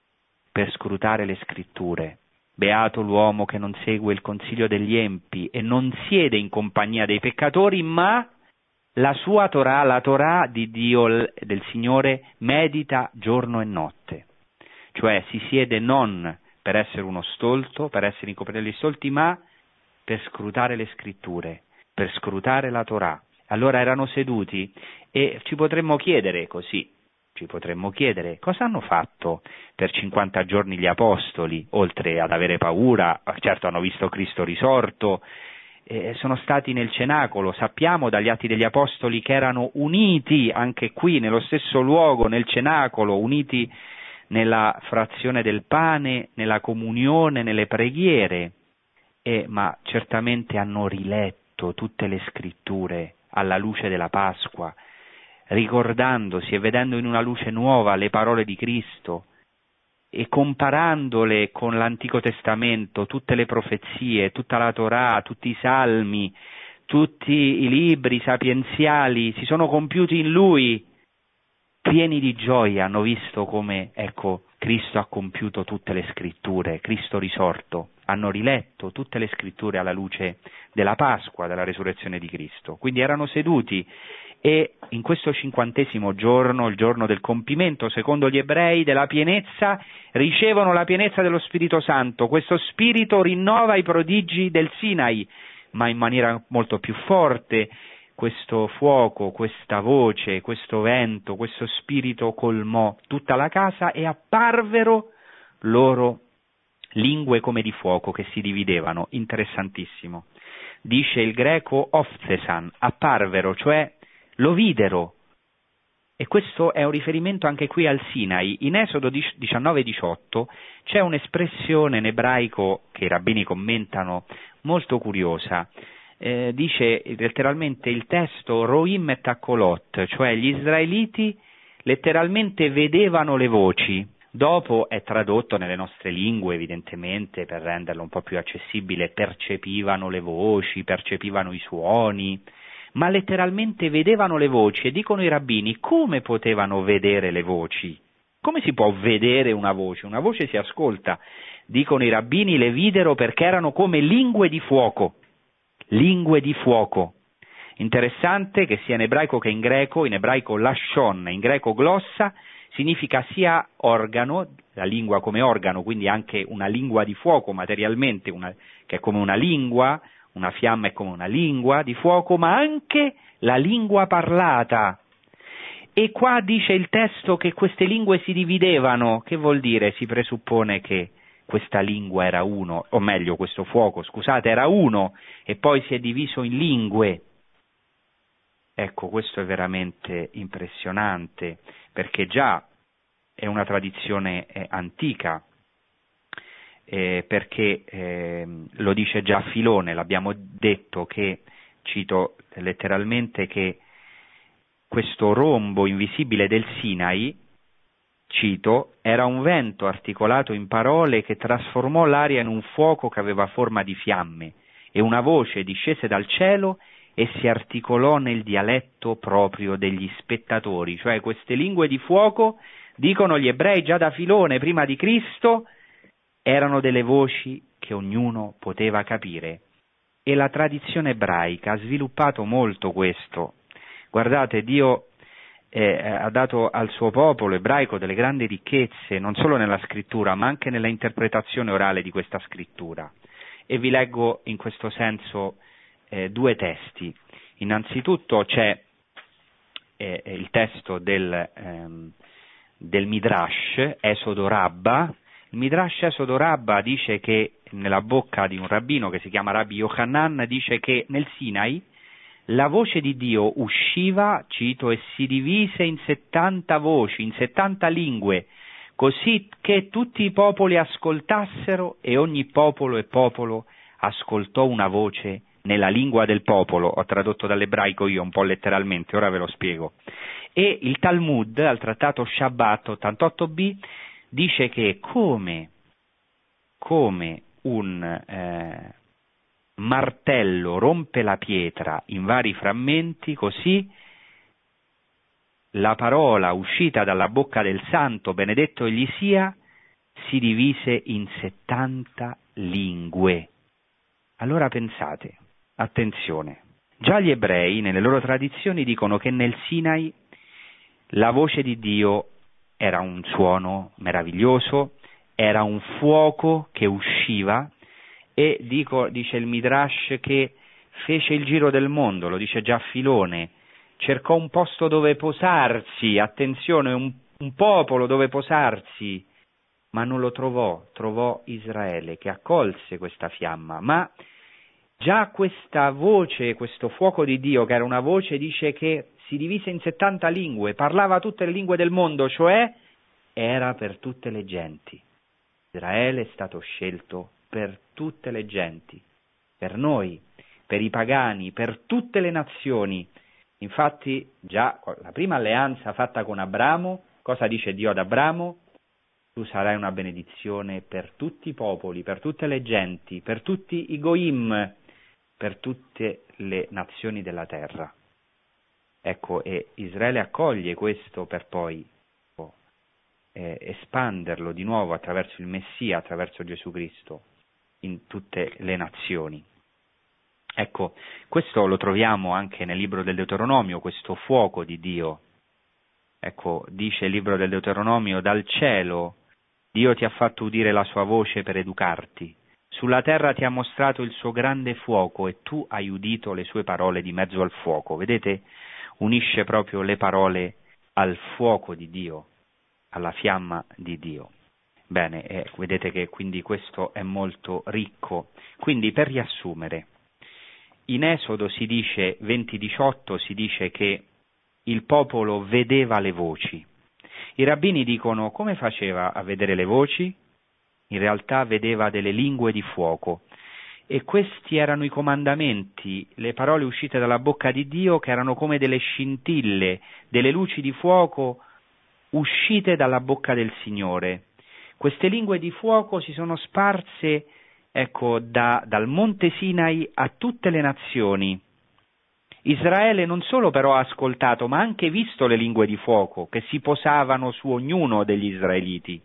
per scrutare le scritture. Beato l'uomo che non segue il consiglio degli empi e non siede in compagnia dei peccatori, ma la sua Torah, la Torah di Dio, del Signore, medita giorno e notte. Cioè si siede non per essere uno stolto, per essere in compagnia degli stolti, ma per scrutare le scritture, per scrutare la Torah. Allora erano seduti e ci potremmo chiedere così, ci potremmo chiedere cosa hanno fatto per cinquanta giorni gli apostoli, oltre ad avere paura, certo hanno visto Cristo risorto, eh, sono stati nel cenacolo, sappiamo dagli Atti degli Apostoli che erano uniti anche qui, nello stesso luogo, nel cenacolo, uniti nella frazione del pane, nella comunione, nelle preghiere, eh, ma certamente hanno riletto tutte le scritture alla luce della Pasqua, ricordandosi e vedendo in una luce nuova le parole di Cristo e comparandole con l'Antico Testamento, tutte le profezie, tutta la Torah, tutti i salmi, tutti i libri sapienziali si sono compiuti in Lui. Pieni di gioia hanno visto come, ecco, Cristo ha compiuto tutte le scritture, Cristo risorto. Hanno riletto tutte le scritture alla luce della Pasqua, della resurrezione di Cristo. Quindi erano seduti e in questo cinquantesimo giorno, il giorno del compimento, secondo gli ebrei, della pienezza, ricevono la pienezza dello Spirito Santo. Questo Spirito rinnova i prodigi del Sinai, ma in maniera molto più forte. Questo fuoco, questa voce, questo vento, questo spirito colmò tutta la casa e apparvero loro lingue come di fuoco che si dividevano. Interessantissimo. Dice il greco ofthesan, apparvero, cioè lo videro. E questo è un riferimento anche qui al Sinai. In Esodo diciannove diciotto c'è un'espressione in ebraico che i rabbini commentano molto curiosa. Eh, dice letteralmente il testo Roim et Akolot, cioè gli israeliti letteralmente vedevano le voci. Dopo è tradotto nelle nostre lingue, evidentemente, per renderlo un po' più accessibile, percepivano le voci, percepivano i suoni, ma letteralmente vedevano le voci. E dicono i rabbini, come potevano vedere le voci? Come si può vedere una voce? Una voce si ascolta. Dicono i rabbini, le videro perché erano come lingue di fuoco. Lingue di fuoco. Interessante che sia in ebraico che in greco, in ebraico lashon, in greco glossa, significa sia organo, la lingua come organo, quindi anche una lingua di fuoco materialmente, una, che è come una lingua, una fiamma è come una lingua di fuoco, ma anche la lingua parlata. E qua dice il testo che queste lingue si dividevano. Che vuol dire? Si presuppone che questa lingua era uno, o meglio questo fuoco, scusate, era uno e poi si è diviso in lingue. Ecco, questo è veramente impressionante, perché già è una tradizione eh, antica, eh, perché eh, lo dice già Filone, l'abbiamo detto che, cito letteralmente, che questo rombo invisibile del Sinai, cito, era un vento articolato in parole che trasformò l'aria in un fuoco che aveva forma di fiamme, e una voce discese dal cielo e si articolò nel dialetto proprio degli spettatori. Cioè queste lingue di fuoco, dicono gli ebrei già da Filone, prima di Cristo, erano delle voci che ognuno poteva capire. E la tradizione ebraica ha sviluppato molto questo. Guardate, Dio Eh, ha dato al suo popolo ebraico delle grandi ricchezze, non solo nella scrittura, ma anche nella interpretazione orale di questa scrittura. E vi leggo in questo senso eh, due testi. Innanzitutto c'è eh, il testo del, ehm, del Midrash, Esodo Rabba. Il Midrash Esodo Rabba dice che, nella bocca di un rabbino che si chiama Rabbi Yochanan, dice che nel Sinai la voce di Dio usciva, cito, e si divise in settanta voci, in settanta lingue. così che tutti i popoli ascoltassero, e ogni popolo e popolo ascoltò una voce nella lingua del popolo. Ho tradotto dall'ebraico io un po' letteralmente, ora ve lo spiego. E il Talmud, al trattato Shabbat ottantotto b, dice che come, come un eh, martello rompe la pietra in vari frammenti, così la parola uscita dalla bocca del santo, benedetto egli sia, si divise in settanta lingue. Allora pensate, attenzione, già gli ebrei nelle loro tradizioni dicono che nel Sinai la voce di Dio era un suono meraviglioso, era un fuoco che usciva, e dico, dice il Midrash che fece il giro del mondo, lo dice già Filone, cercò un posto dove posarsi, attenzione, un, un popolo dove posarsi, ma non lo trovò, trovò Israele che accolse questa fiamma. Ma già questa voce, questo fuoco di Dio, che era una voce, dice che si divise in settanta lingue, parlava tutte le lingue del mondo, cioè era per tutte le genti. Israele è stato scelto per tutte le genti, per noi, per i pagani, per tutte le nazioni. Infatti già la prima alleanza fatta con Abramo, cosa dice Dio ad Abramo? Tu sarai una benedizione per tutti i popoli, per tutte le genti, per tutti i goim, per tutte le nazioni della terra. Ecco, e Israele accoglie questo per poi eh, espanderlo di nuovo attraverso il Messia, attraverso Gesù Cristo, in tutte le nazioni. Ecco, questo lo troviamo anche nel libro del Deuteronomio, questo fuoco di Dio. Ecco, dice il libro del Deuteronomio, dal cielo Dio ti ha fatto udire la sua voce per educarti, sulla terra ti ha mostrato il suo grande fuoco e tu hai udito le sue parole di mezzo al fuoco. Vedete? Unisce proprio le parole al fuoco di Dio, alla fiamma di Dio. Bene, eh, vedete che quindi questo è molto ricco. Quindi, per riassumere, in Esodo si dice, venti diciotto, si dice che il popolo vedeva le voci. I rabbini dicono, come faceva a vedere le voci? In realtà vedeva delle lingue di fuoco. E questi erano i comandamenti, le parole uscite dalla bocca di Dio, che erano come delle scintille, delle luci di fuoco uscite dalla bocca del Signore. Queste lingue di fuoco si sono sparse, ecco, da, dal monte Sinai a tutte le nazioni. Israele non solo però ha ascoltato, ma ha anche visto le lingue di fuoco che si posavano su ognuno degli israeliti.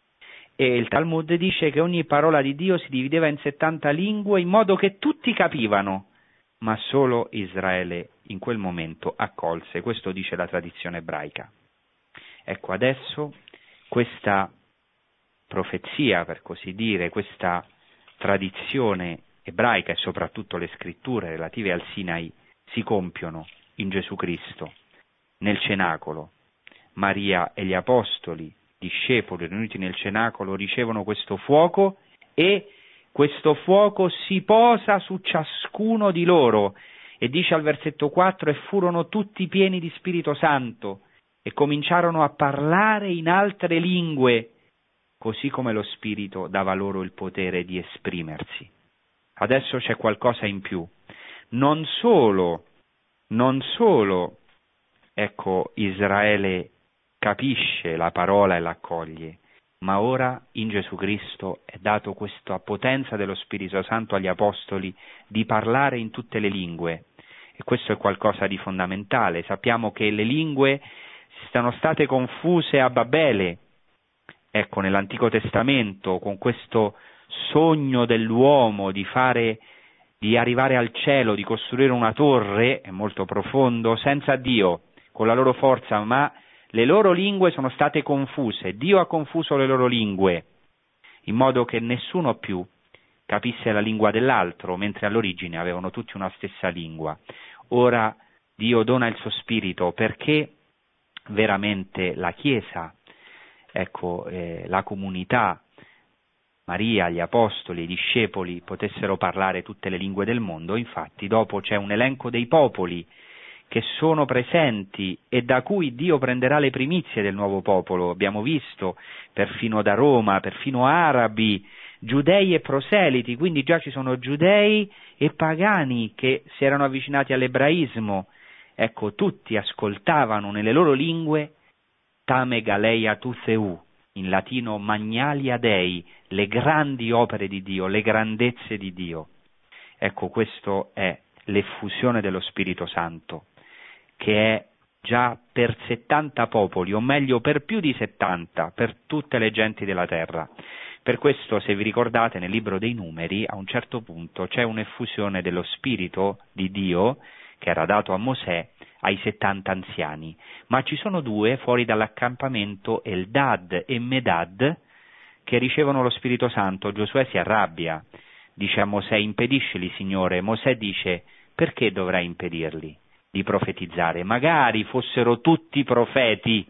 E il Talmud dice che ogni parola di Dio si divideva in settanta lingue in modo che tutti capivano, ma solo Israele in quel momento accolse. Questo dice la tradizione ebraica. Ecco, adesso questa profezia, per così dire, questa tradizione ebraica e soprattutto le scritture relative al Sinai si compiono in Gesù Cristo, nel cenacolo. Maria e gli apostoli, discepoli riuniti nel cenacolo, ricevono questo fuoco e questo fuoco si posa su ciascuno di loro. E dice al versetto quattro, e furono tutti pieni di Spirito Santo e cominciarono a parlare in altre lingue, così come lo Spirito dava loro il potere di esprimersi. Adesso c'è qualcosa in più. Non solo, non solo, ecco, Israele capisce la parola e l'accoglie, ma ora in Gesù Cristo è dato questa potenza dello Spirito Santo agli Apostoli di parlare in tutte le lingue. E questo è qualcosa di fondamentale. Sappiamo che le lingue sono state confuse a Babele, ecco, nell'Antico Testamento, con questo sogno dell'uomo di fare, di arrivare al cielo, di costruire una torre, è molto profondo, senza Dio, con la loro forza, ma le loro lingue sono state confuse. Dio ha confuso le loro lingue, in modo che nessuno più capisse la lingua dell'altro, mentre all'origine avevano tutti una stessa lingua. Ora Dio dona il suo Spirito perché veramente la Chiesa, ecco, eh, la comunità, Maria, gli apostoli, i discepoli potessero parlare tutte le lingue del mondo. Infatti dopo c'è un elenco dei popoli che sono presenti e da cui Dio prenderà le primizie del nuovo popolo. Abbiamo visto perfino da Roma, perfino arabi, giudei e proseliti, quindi già ci sono giudei e pagani che si erano avvicinati all'ebraismo. Ecco, tutti ascoltavano nelle loro lingue Tame Galeia tu Theu, in latino Magnalia Dei, le grandi opere di Dio, le grandezze di Dio. Ecco, questo è l'effusione dello Spirito Santo, che è già per settanta popoli, o meglio per più di settanta, per tutte le genti della terra. Per questo, se vi ricordate, nel libro dei Numeri, a un certo punto c'è un'effusione dello Spirito di Dio, che era dato a Mosè, ai settanta anziani. Ma ci sono due fuori dall'accampamento, Eldad e Medad, che ricevono lo Spirito Santo. Giosuè si arrabbia, dice a Mosè: impediscili, Signore. Mosè dice: perché dovrai impedirli di profetizzare? Magari fossero tutti profeti,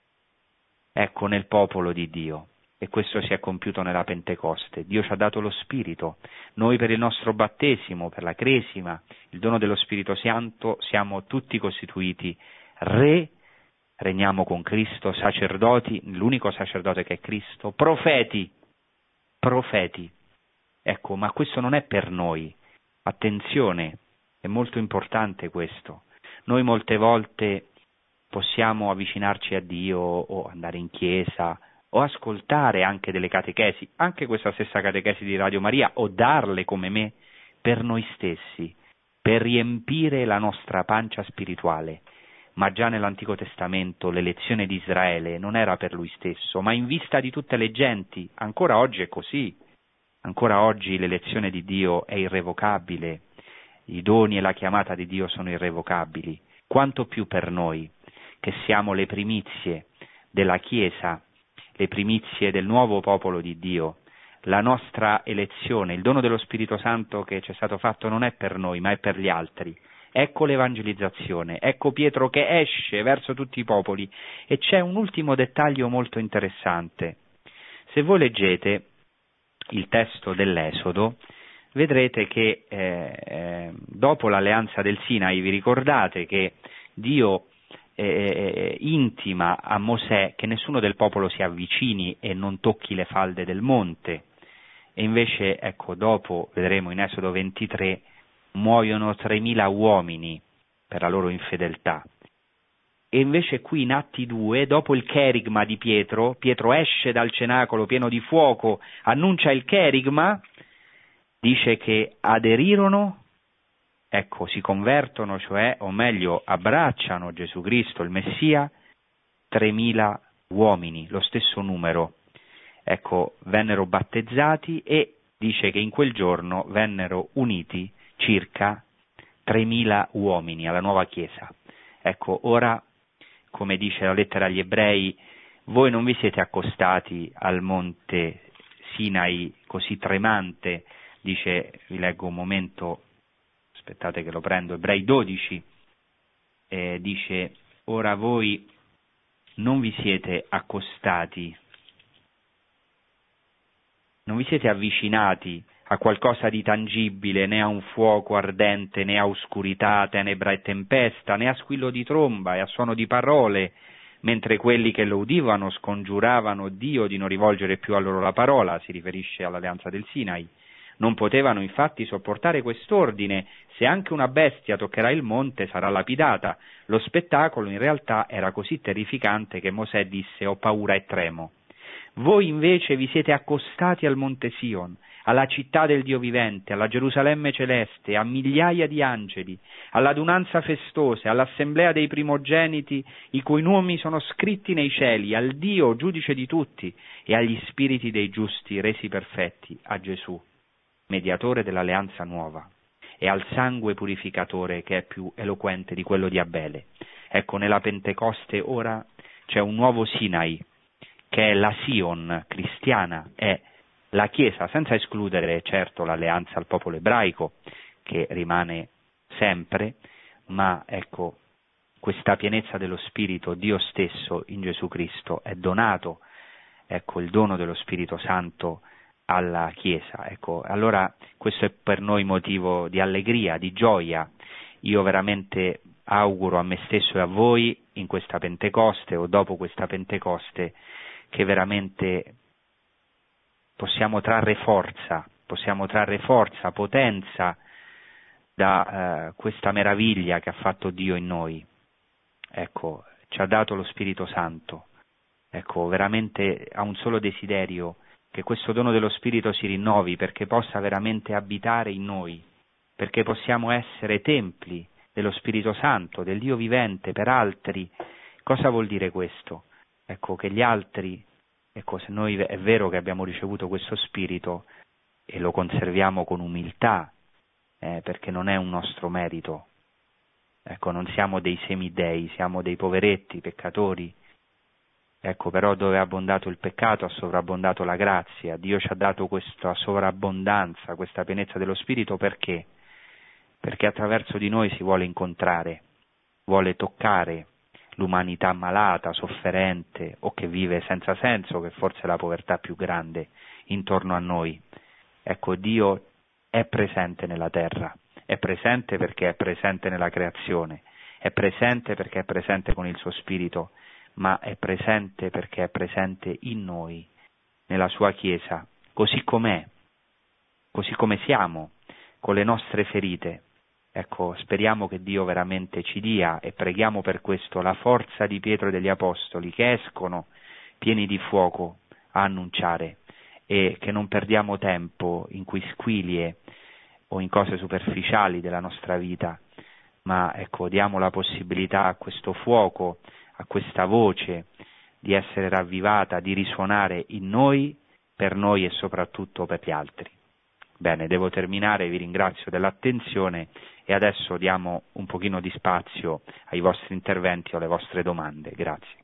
ecco, nel popolo di Dio. E questo si è compiuto nella Pentecoste. Dio ci ha dato lo Spirito. Noi per il nostro battesimo, per la cresima, il dono dello Spirito Santo, siamo tutti costituiti re, regniamo con Cristo, sacerdoti, l'unico sacerdote che è Cristo, profeti, profeti. Ecco, ma questo non è per noi. Attenzione, è molto importante questo. Noi molte volte possiamo avvicinarci a Dio o andare in chiesa o ascoltare anche delle catechesi, anche questa stessa catechesi di Radio Maria, o darle come me per noi stessi, per riempire la nostra pancia spirituale. Ma già nell'Antico Testamento l'elezione di Israele non era per lui stesso, ma in vista di tutte le genti. Ancora oggi è così. Ancora oggi l'elezione di Dio è irrevocabile, i doni e la chiamata di Dio sono irrevocabili. Quanto più per noi, che siamo le primizie della Chiesa, le primizie del nuovo popolo di Dio. La nostra elezione, il dono dello Spirito Santo che ci è stato fatto non è per noi, ma è per gli altri. Ecco l'evangelizzazione, ecco Pietro che esce verso tutti i popoli. E c'è un ultimo dettaglio molto interessante. Se voi leggete il testo dell'Esodo, vedrete che eh, eh, dopo l'alleanza del Sinai, vi ricordate che Dio eh, intima a Mosè che nessuno del popolo si avvicini e non tocchi le falde del monte, e invece, ecco, dopo, vedremo in Esodo ventitré, muoiono tremila uomini per la loro infedeltà. E invece qui in Atti due, dopo il cherigma di Pietro, Pietro esce dal cenacolo pieno di fuoco, annuncia il cherigma, dice che aderirono, ecco, si convertono, cioè, o meglio, abbracciano Gesù Cristo, il Messia, tremila uomini, lo stesso numero. Ecco, vennero battezzati e dice che in quel giorno vennero uniti circa tremila uomini alla nuova Chiesa. Ecco, ora, come dice la lettera agli Ebrei, voi non vi siete accostati al monte Sinai così tremante, dice, vi leggo un momento, aspettate che lo prendo, Ebrei dodici, eh, dice, ora voi non vi siete accostati, non vi siete avvicinati a qualcosa di tangibile, né a un fuoco ardente, né a oscurità, tenebra e tempesta, né a squillo di tromba e a suono di parole, mentre quelli che lo udivano scongiuravano Dio di non rivolgere più a loro la parola, si riferisce all'alleanza del Sinai. Non potevano infatti sopportare quest'ordine: se anche una bestia toccherà il monte sarà lapidata. Lo spettacolo in realtà era così terrificante che Mosè disse: ho paura e tremo. Voi invece vi siete accostati al monte Sion, alla città del Dio vivente, alla Gerusalemme celeste, a migliaia di angeli, all'adunanza festosa, all'assemblea dei primogeniti, i cui nomi sono scritti nei cieli, al Dio, giudice di tutti, e agli spiriti dei giusti resi perfetti, a Gesù, mediatore dell'alleanza nuova, e al sangue purificatore che è più eloquente di quello di Abele. Ecco, nella Pentecoste ora c'è un nuovo Sinai, che è la Sion cristiana, è la Chiesa, senza escludere certo l'alleanza al popolo ebraico, che rimane sempre, ma ecco, questa pienezza dello Spirito, Dio stesso in Gesù Cristo, è donato, ecco, il dono dello Spirito Santo alla Chiesa. Ecco, allora questo è per noi motivo di allegria, di gioia. Io veramente auguro a me stesso e a voi in questa Pentecoste o dopo questa Pentecoste che veramente possiamo trarre forza, possiamo trarre forza, potenza da eh, questa meraviglia che ha fatto Dio in noi. Ecco, ci ha dato lo Spirito Santo. Ecco, veramente ha un solo desiderio, che questo dono dello Spirito si rinnovi perché possa veramente abitare in noi, perché possiamo essere templi dello Spirito Santo, del Dio vivente per altri. Cosa vuol dire questo? Ecco, che gli altri, ecco, se noi è vero che abbiamo ricevuto questo Spirito e lo conserviamo con umiltà, eh, perché non è un nostro merito, ecco, non siamo dei semidei, siamo dei poveretti, peccatori. Ecco, però dove è abbondato il peccato ha sovrabbondato la grazia. Dio ci ha dato questa sovrabbondanza, questa pienezza dello Spirito perché? Perché attraverso di noi si vuole incontrare, vuole toccare l'umanità malata, sofferente o che vive senza senso, che forse è la povertà più grande intorno a noi. Ecco, Dio è presente nella terra, è presente perché è presente nella creazione, è presente perché è presente con il suo Spirito, ma è presente perché è presente in noi, nella sua Chiesa, così com'è, così come siamo, con le nostre ferite. Ecco, speriamo che Dio veramente ci dia, e preghiamo per questo, la forza di Pietro e degli Apostoli, che escono pieni di fuoco a annunciare, e che non perdiamo tempo in quisquilie o in cose superficiali della nostra vita, ma ecco, diamo la possibilità a questo fuoco, a questa voce di essere ravvivata, di risuonare in noi, per noi e soprattutto per gli altri. Bene, devo terminare, vi ringrazio dell'attenzione e adesso diamo un pochino di spazio ai vostri interventi o alle vostre domande. Grazie.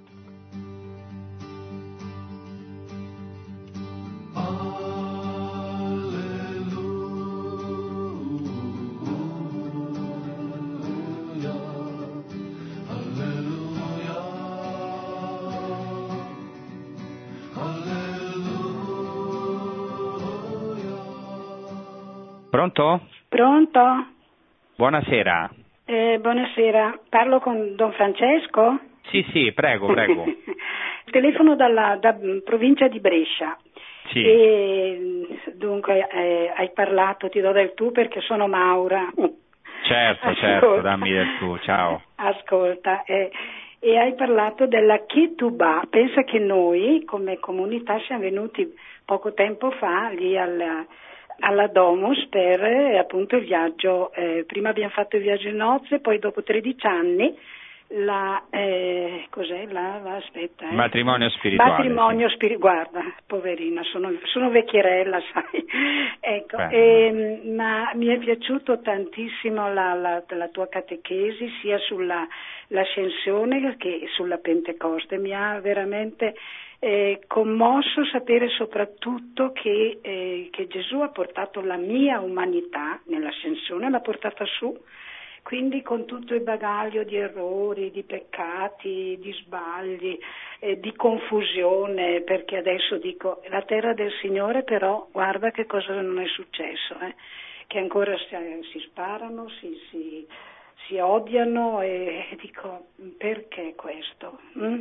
Pronto? Pronto? Buonasera. Eh, buonasera, parlo con Don Francesco? Sì, sì, prego, prego. Telefono dalla da, provincia di Brescia. Sì. E, dunque, eh, hai parlato, ti do del tu perché sono Maura. Certo, Ascolta. certo, dammi del tu, ciao. Ascolta, eh, e hai parlato della Ketubah. Pensa che noi come comunità siamo venuti poco tempo fa lì alla... alla Domus per eh, appunto il viaggio, eh, prima abbiamo fatto il viaggio in nozze, poi dopo tredici anni la, eh, cos'è, la, la aspetta, eh. Matrimonio spirituale. Matrimonio sì. spirituale, guarda, poverina, sono, sono vecchierella, sai, ecco, e, ma mi è piaciuto tantissimo la, la, la tua catechesi, sia sulla l'ascensione che sulla Pentecoste, mi ha veramente Eh, commosso sapere soprattutto che, eh, che Gesù ha portato la mia umanità nell'ascensione, l'ha portata su, quindi con tutto il bagaglio di errori, di peccati, di sbagli, eh, di confusione, perché adesso dico la terra del Signore, però guarda che cosa non è successo, eh? Che ancora si, si sparano, si, si, si odiano, e dico perché questo? Mm?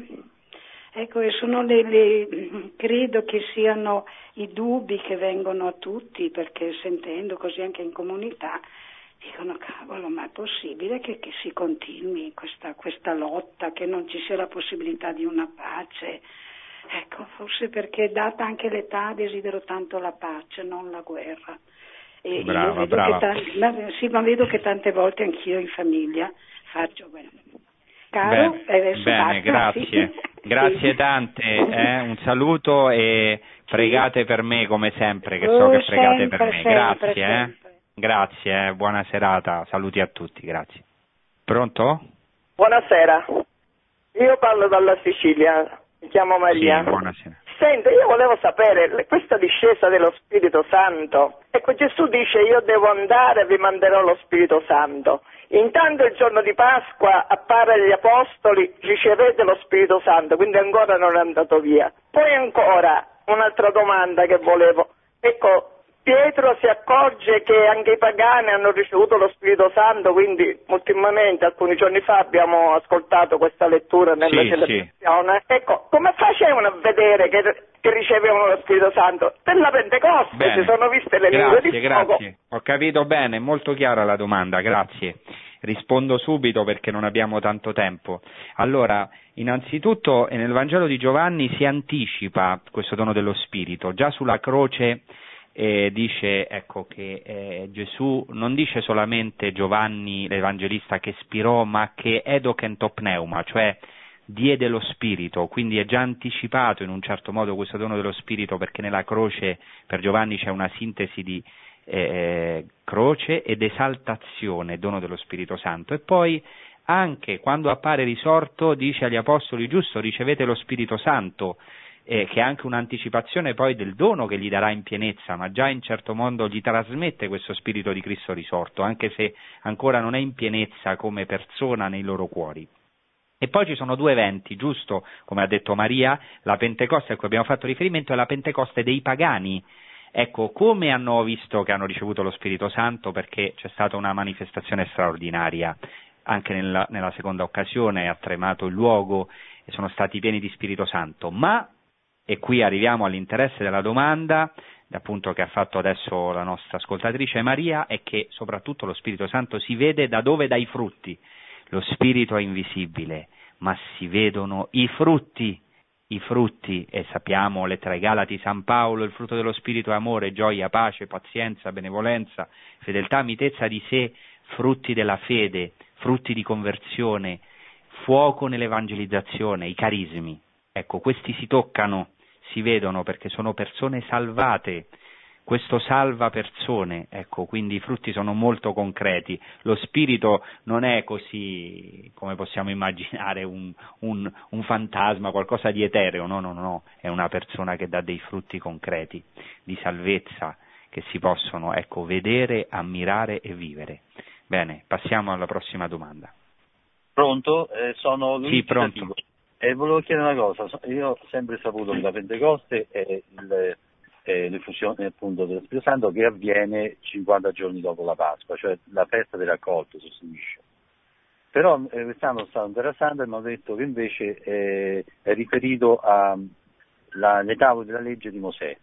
Ecco, e sono le, le, credo che siano i dubbi che vengono a tutti, perché sentendo così anche in comunità, dicono cavolo, ma è possibile che, che si continui questa, questa lotta, che non ci sia la possibilità di una pace? Ecco, forse perché data anche l'età desidero tanto la pace, non la guerra. E brava, io vedo brava. Che t- ma, sì, ma vedo che tante volte anch'io in famiglia faccio... Beh, caro, bene, bene grazie. Sì. Grazie tante, eh, un saluto e pregate sì. per me come sempre, che so oh, che pregate sempre, per me. Sempre, grazie, sempre. Eh. Grazie, eh. Buona serata, saluti a tutti, grazie. Pronto? Buonasera, io parlo dalla Sicilia, mi chiamo Maria. Sì, buonasera. Senta, io volevo sapere, questa discesa dello Spirito Santo, ecco Gesù dice io devo andare e vi manderò lo Spirito Santo. Intanto il giorno di Pasqua appare agli Apostoli, ricevete lo Spirito Santo, quindi ancora non è andato via. Poi ancora un'altra domanda che volevo, ecco Pietro si accorge che anche i pagani hanno ricevuto lo Spirito Santo, quindi ultimamente, alcuni giorni fa, abbiamo ascoltato questa lettura nella sì, televisione. Sì. Ecco, come facevano a vedere che, che ricevevano lo Spirito Santo? Per la Pentecoste. Bene. Si sono viste le lingue di fuoco. Grazie, ho capito bene, molto chiara la domanda, grazie. Rispondo subito perché non abbiamo tanto tempo. Allora, innanzitutto nel Vangelo di Giovanni si anticipa questo dono dello Spirito. Già sulla croce eh, dice ecco, che eh, Gesù non dice solamente Giovanni l'Evangelista che spirò, ma che edokento pneuma, cioè diede lo Spirito, quindi è già anticipato in un certo modo questo dono dello Spirito, perché nella croce per Giovanni c'è una sintesi di Eh, croce ed esaltazione, dono dello Spirito Santo. E poi anche quando appare risorto dice agli Apostoli: giusto, ricevete lo Spirito Santo, eh, che è anche un'anticipazione poi del dono che gli darà in pienezza, ma già in certo modo gli trasmette questo Spirito di Cristo risorto, anche se ancora non è in pienezza come persona nei loro cuori. E poi ci sono due eventi, giusto, come ha detto Maria, la Pentecoste a cui abbiamo fatto riferimento è la Pentecoste dei pagani. Ecco, come hanno visto che hanno ricevuto lo Spirito Santo? Perché c'è stata una manifestazione straordinaria, anche nella, nella seconda occasione ha tremato il luogo e sono stati pieni di Spirito Santo, ma, e qui arriviamo all'interesse della domanda, appunto che ha fatto adesso la nostra ascoltatrice Maria, è che soprattutto lo Spirito Santo si vede da dove? Dai frutti. Lo Spirito è invisibile, ma si vedono i frutti. I frutti, e sappiamo, lettera ai Galati, San Paolo, il frutto dello Spirito è amore, gioia, pace, pazienza, benevolenza, fedeltà, mitezza di sé, frutti della fede, frutti di conversione, fuoco nell'evangelizzazione, i carismi. Ecco, questi si toccano, si vedono perché sono persone salvate. Questo salva persone, ecco, quindi i frutti sono molto concreti. Lo Spirito non è così, come possiamo immaginare, un, un, un fantasma, qualcosa di etereo, no, no, no, è una persona che dà dei frutti concreti, di salvezza, che si possono, ecco, vedere, ammirare e vivere. Bene, passiamo alla prossima domanda. Pronto? Eh, sono Luigi. Sì, pronto. E eh, volevo chiedere una cosa, io ho sempre saputo che la Pentecoste è il... Eh, l'effusione appunto dello Spirito Santo che avviene cinquanta giorni dopo la Pasqua, cioè la festa del raccolto sostituisce. Però eh, quest'anno sono stato in Terra Santa e mi hanno detto che invece eh, è riferito alle tavole della legge di Mosè,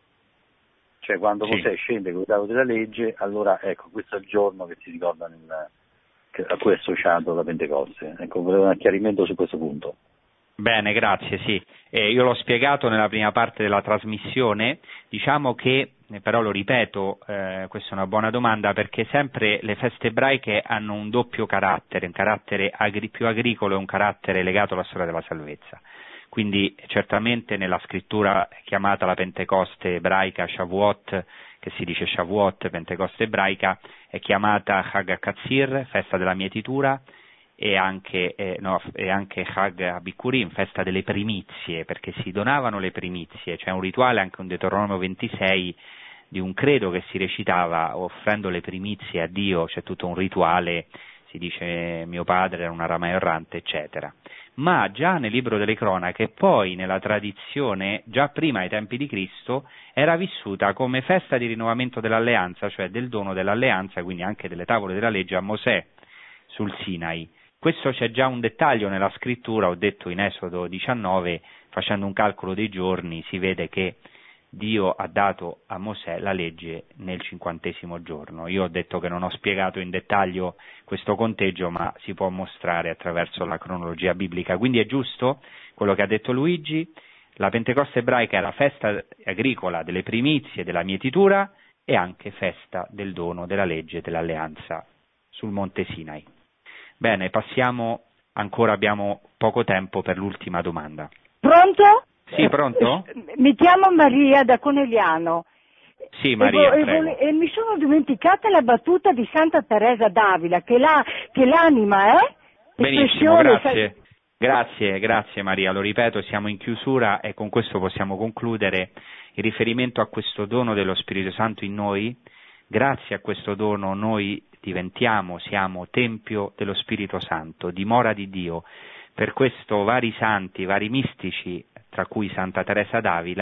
cioè quando sì. Mosè scende con le tavole della legge, allora ecco questo è il giorno che si ricorda nel, che, a cui è associato la Pentecoste. Ecco, volevo un chiarimento su questo punto. Bene, grazie, sì. Eh, io l'ho spiegato nella prima parte della trasmissione, diciamo che, eh, però lo ripeto, eh, questa è una buona domanda, perché sempre le feste ebraiche hanno un doppio carattere, un carattere agri- più agricolo e un carattere legato alla storia della salvezza. Quindi certamente nella scrittura chiamata la Pentecoste ebraica, Shavuot, che si dice Shavuot, Pentecoste ebraica, è chiamata Chag HaKatzir, festa della mietitura, e anche, eh, no, e anche Chag HaBikurim, festa delle primizie, perché si donavano le primizie. C'è un rituale, anche un Deuteronomio ventisei, di un credo che si recitava offrendo le primizie a Dio, c'è tutto un rituale, si dice mio padre era un arameo errante, eccetera. Ma già nel libro delle cronache, poi nella tradizione, già prima ai tempi di Cristo, era vissuta come festa di rinnovamento dell'alleanza, cioè del dono dell'alleanza, quindi anche delle tavole della legge a Mosè sul Sinai. Questo c'è già un dettaglio nella scrittura, ho detto in Esodo diciannove, facendo un calcolo dei giorni, si vede che Dio ha dato a Mosè la legge nel cinquantesimo giorno. Io ho detto che non ho spiegato in dettaglio questo conteggio, ma si può mostrare attraverso la cronologia biblica. Quindi è giusto quello che ha detto Luigi, la Pentecoste ebraica è la festa agricola delle primizie, della mietitura e anche festa del dono della legge dell'alleanza sul Monte Sinai. Bene, passiamo, ancora abbiamo poco tempo per l'ultima domanda. Pronto? Sì, pronto? Mi chiamo Maria da Conegliano. Sì, Maria, e, prego. E, e mi sono dimenticata la battuta di Santa Teresa d'Avila, che, la, che l'anima è... Benissimo, grazie. Grazie, grazie Maria, lo ripeto, siamo in chiusura e con questo possiamo concludere. In riferimento a questo dono dello Spirito Santo in noi, grazie a questo dono noi diventiamo, siamo tempio dello Spirito Santo, dimora di Dio. Per questo vari santi, vari mistici, tra cui Santa Teresa d'Avila,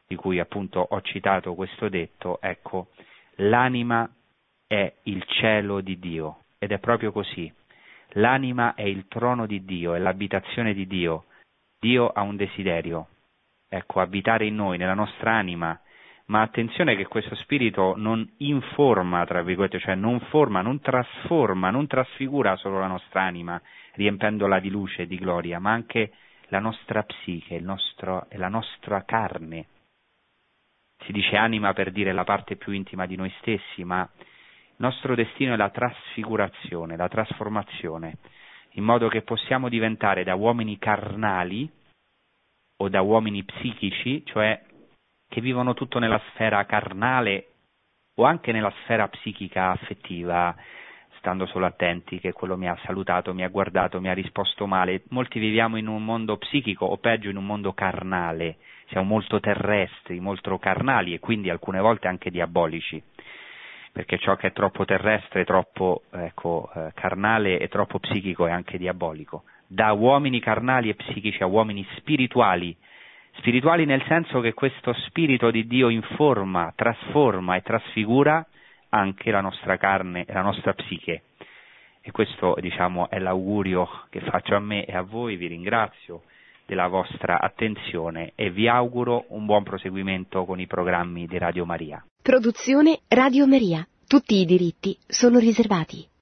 di cui appunto ho citato questo detto, ecco, l'anima è il cielo di Dio, ed è proprio così. L'anima è il trono di Dio, è l'abitazione di Dio. Dio ha un desiderio, ecco, abitare in noi, nella nostra anima, ma attenzione che questo spirito non informa, tra virgolette, cioè non forma, non trasforma, non trasfigura solo la nostra anima, riempendola di luce e di gloria, ma anche la nostra psiche, il nostro, la nostra carne. Si dice anima per dire la parte più intima di noi stessi, ma il nostro destino è la trasfigurazione, la trasformazione, in modo che possiamo diventare da uomini carnali o da uomini psichici, cioè che vivono tutto nella sfera carnale o anche nella sfera psichica affettiva, stando solo attenti che quello mi ha salutato, mi ha guardato, mi ha risposto male. Molti viviamo in un mondo psichico o peggio in un mondo carnale, siamo molto terrestri, molto carnali e quindi alcune volte anche diabolici, perché ciò che è troppo terrestre, troppo ecco, eh, carnale e troppo psichico è anche diabolico. Da uomini carnali e psichici a uomini spirituali, spirituali nel senso che questo spirito di Dio informa, trasforma e trasfigura anche la nostra carne e la nostra psiche. E questo, diciamo, è l'augurio che faccio a me e a voi. Vi ringrazio della vostra attenzione e vi auguro un buon proseguimento con i programmi di Radio Maria. Produzione Radio Maria. Tutti i diritti sono riservati.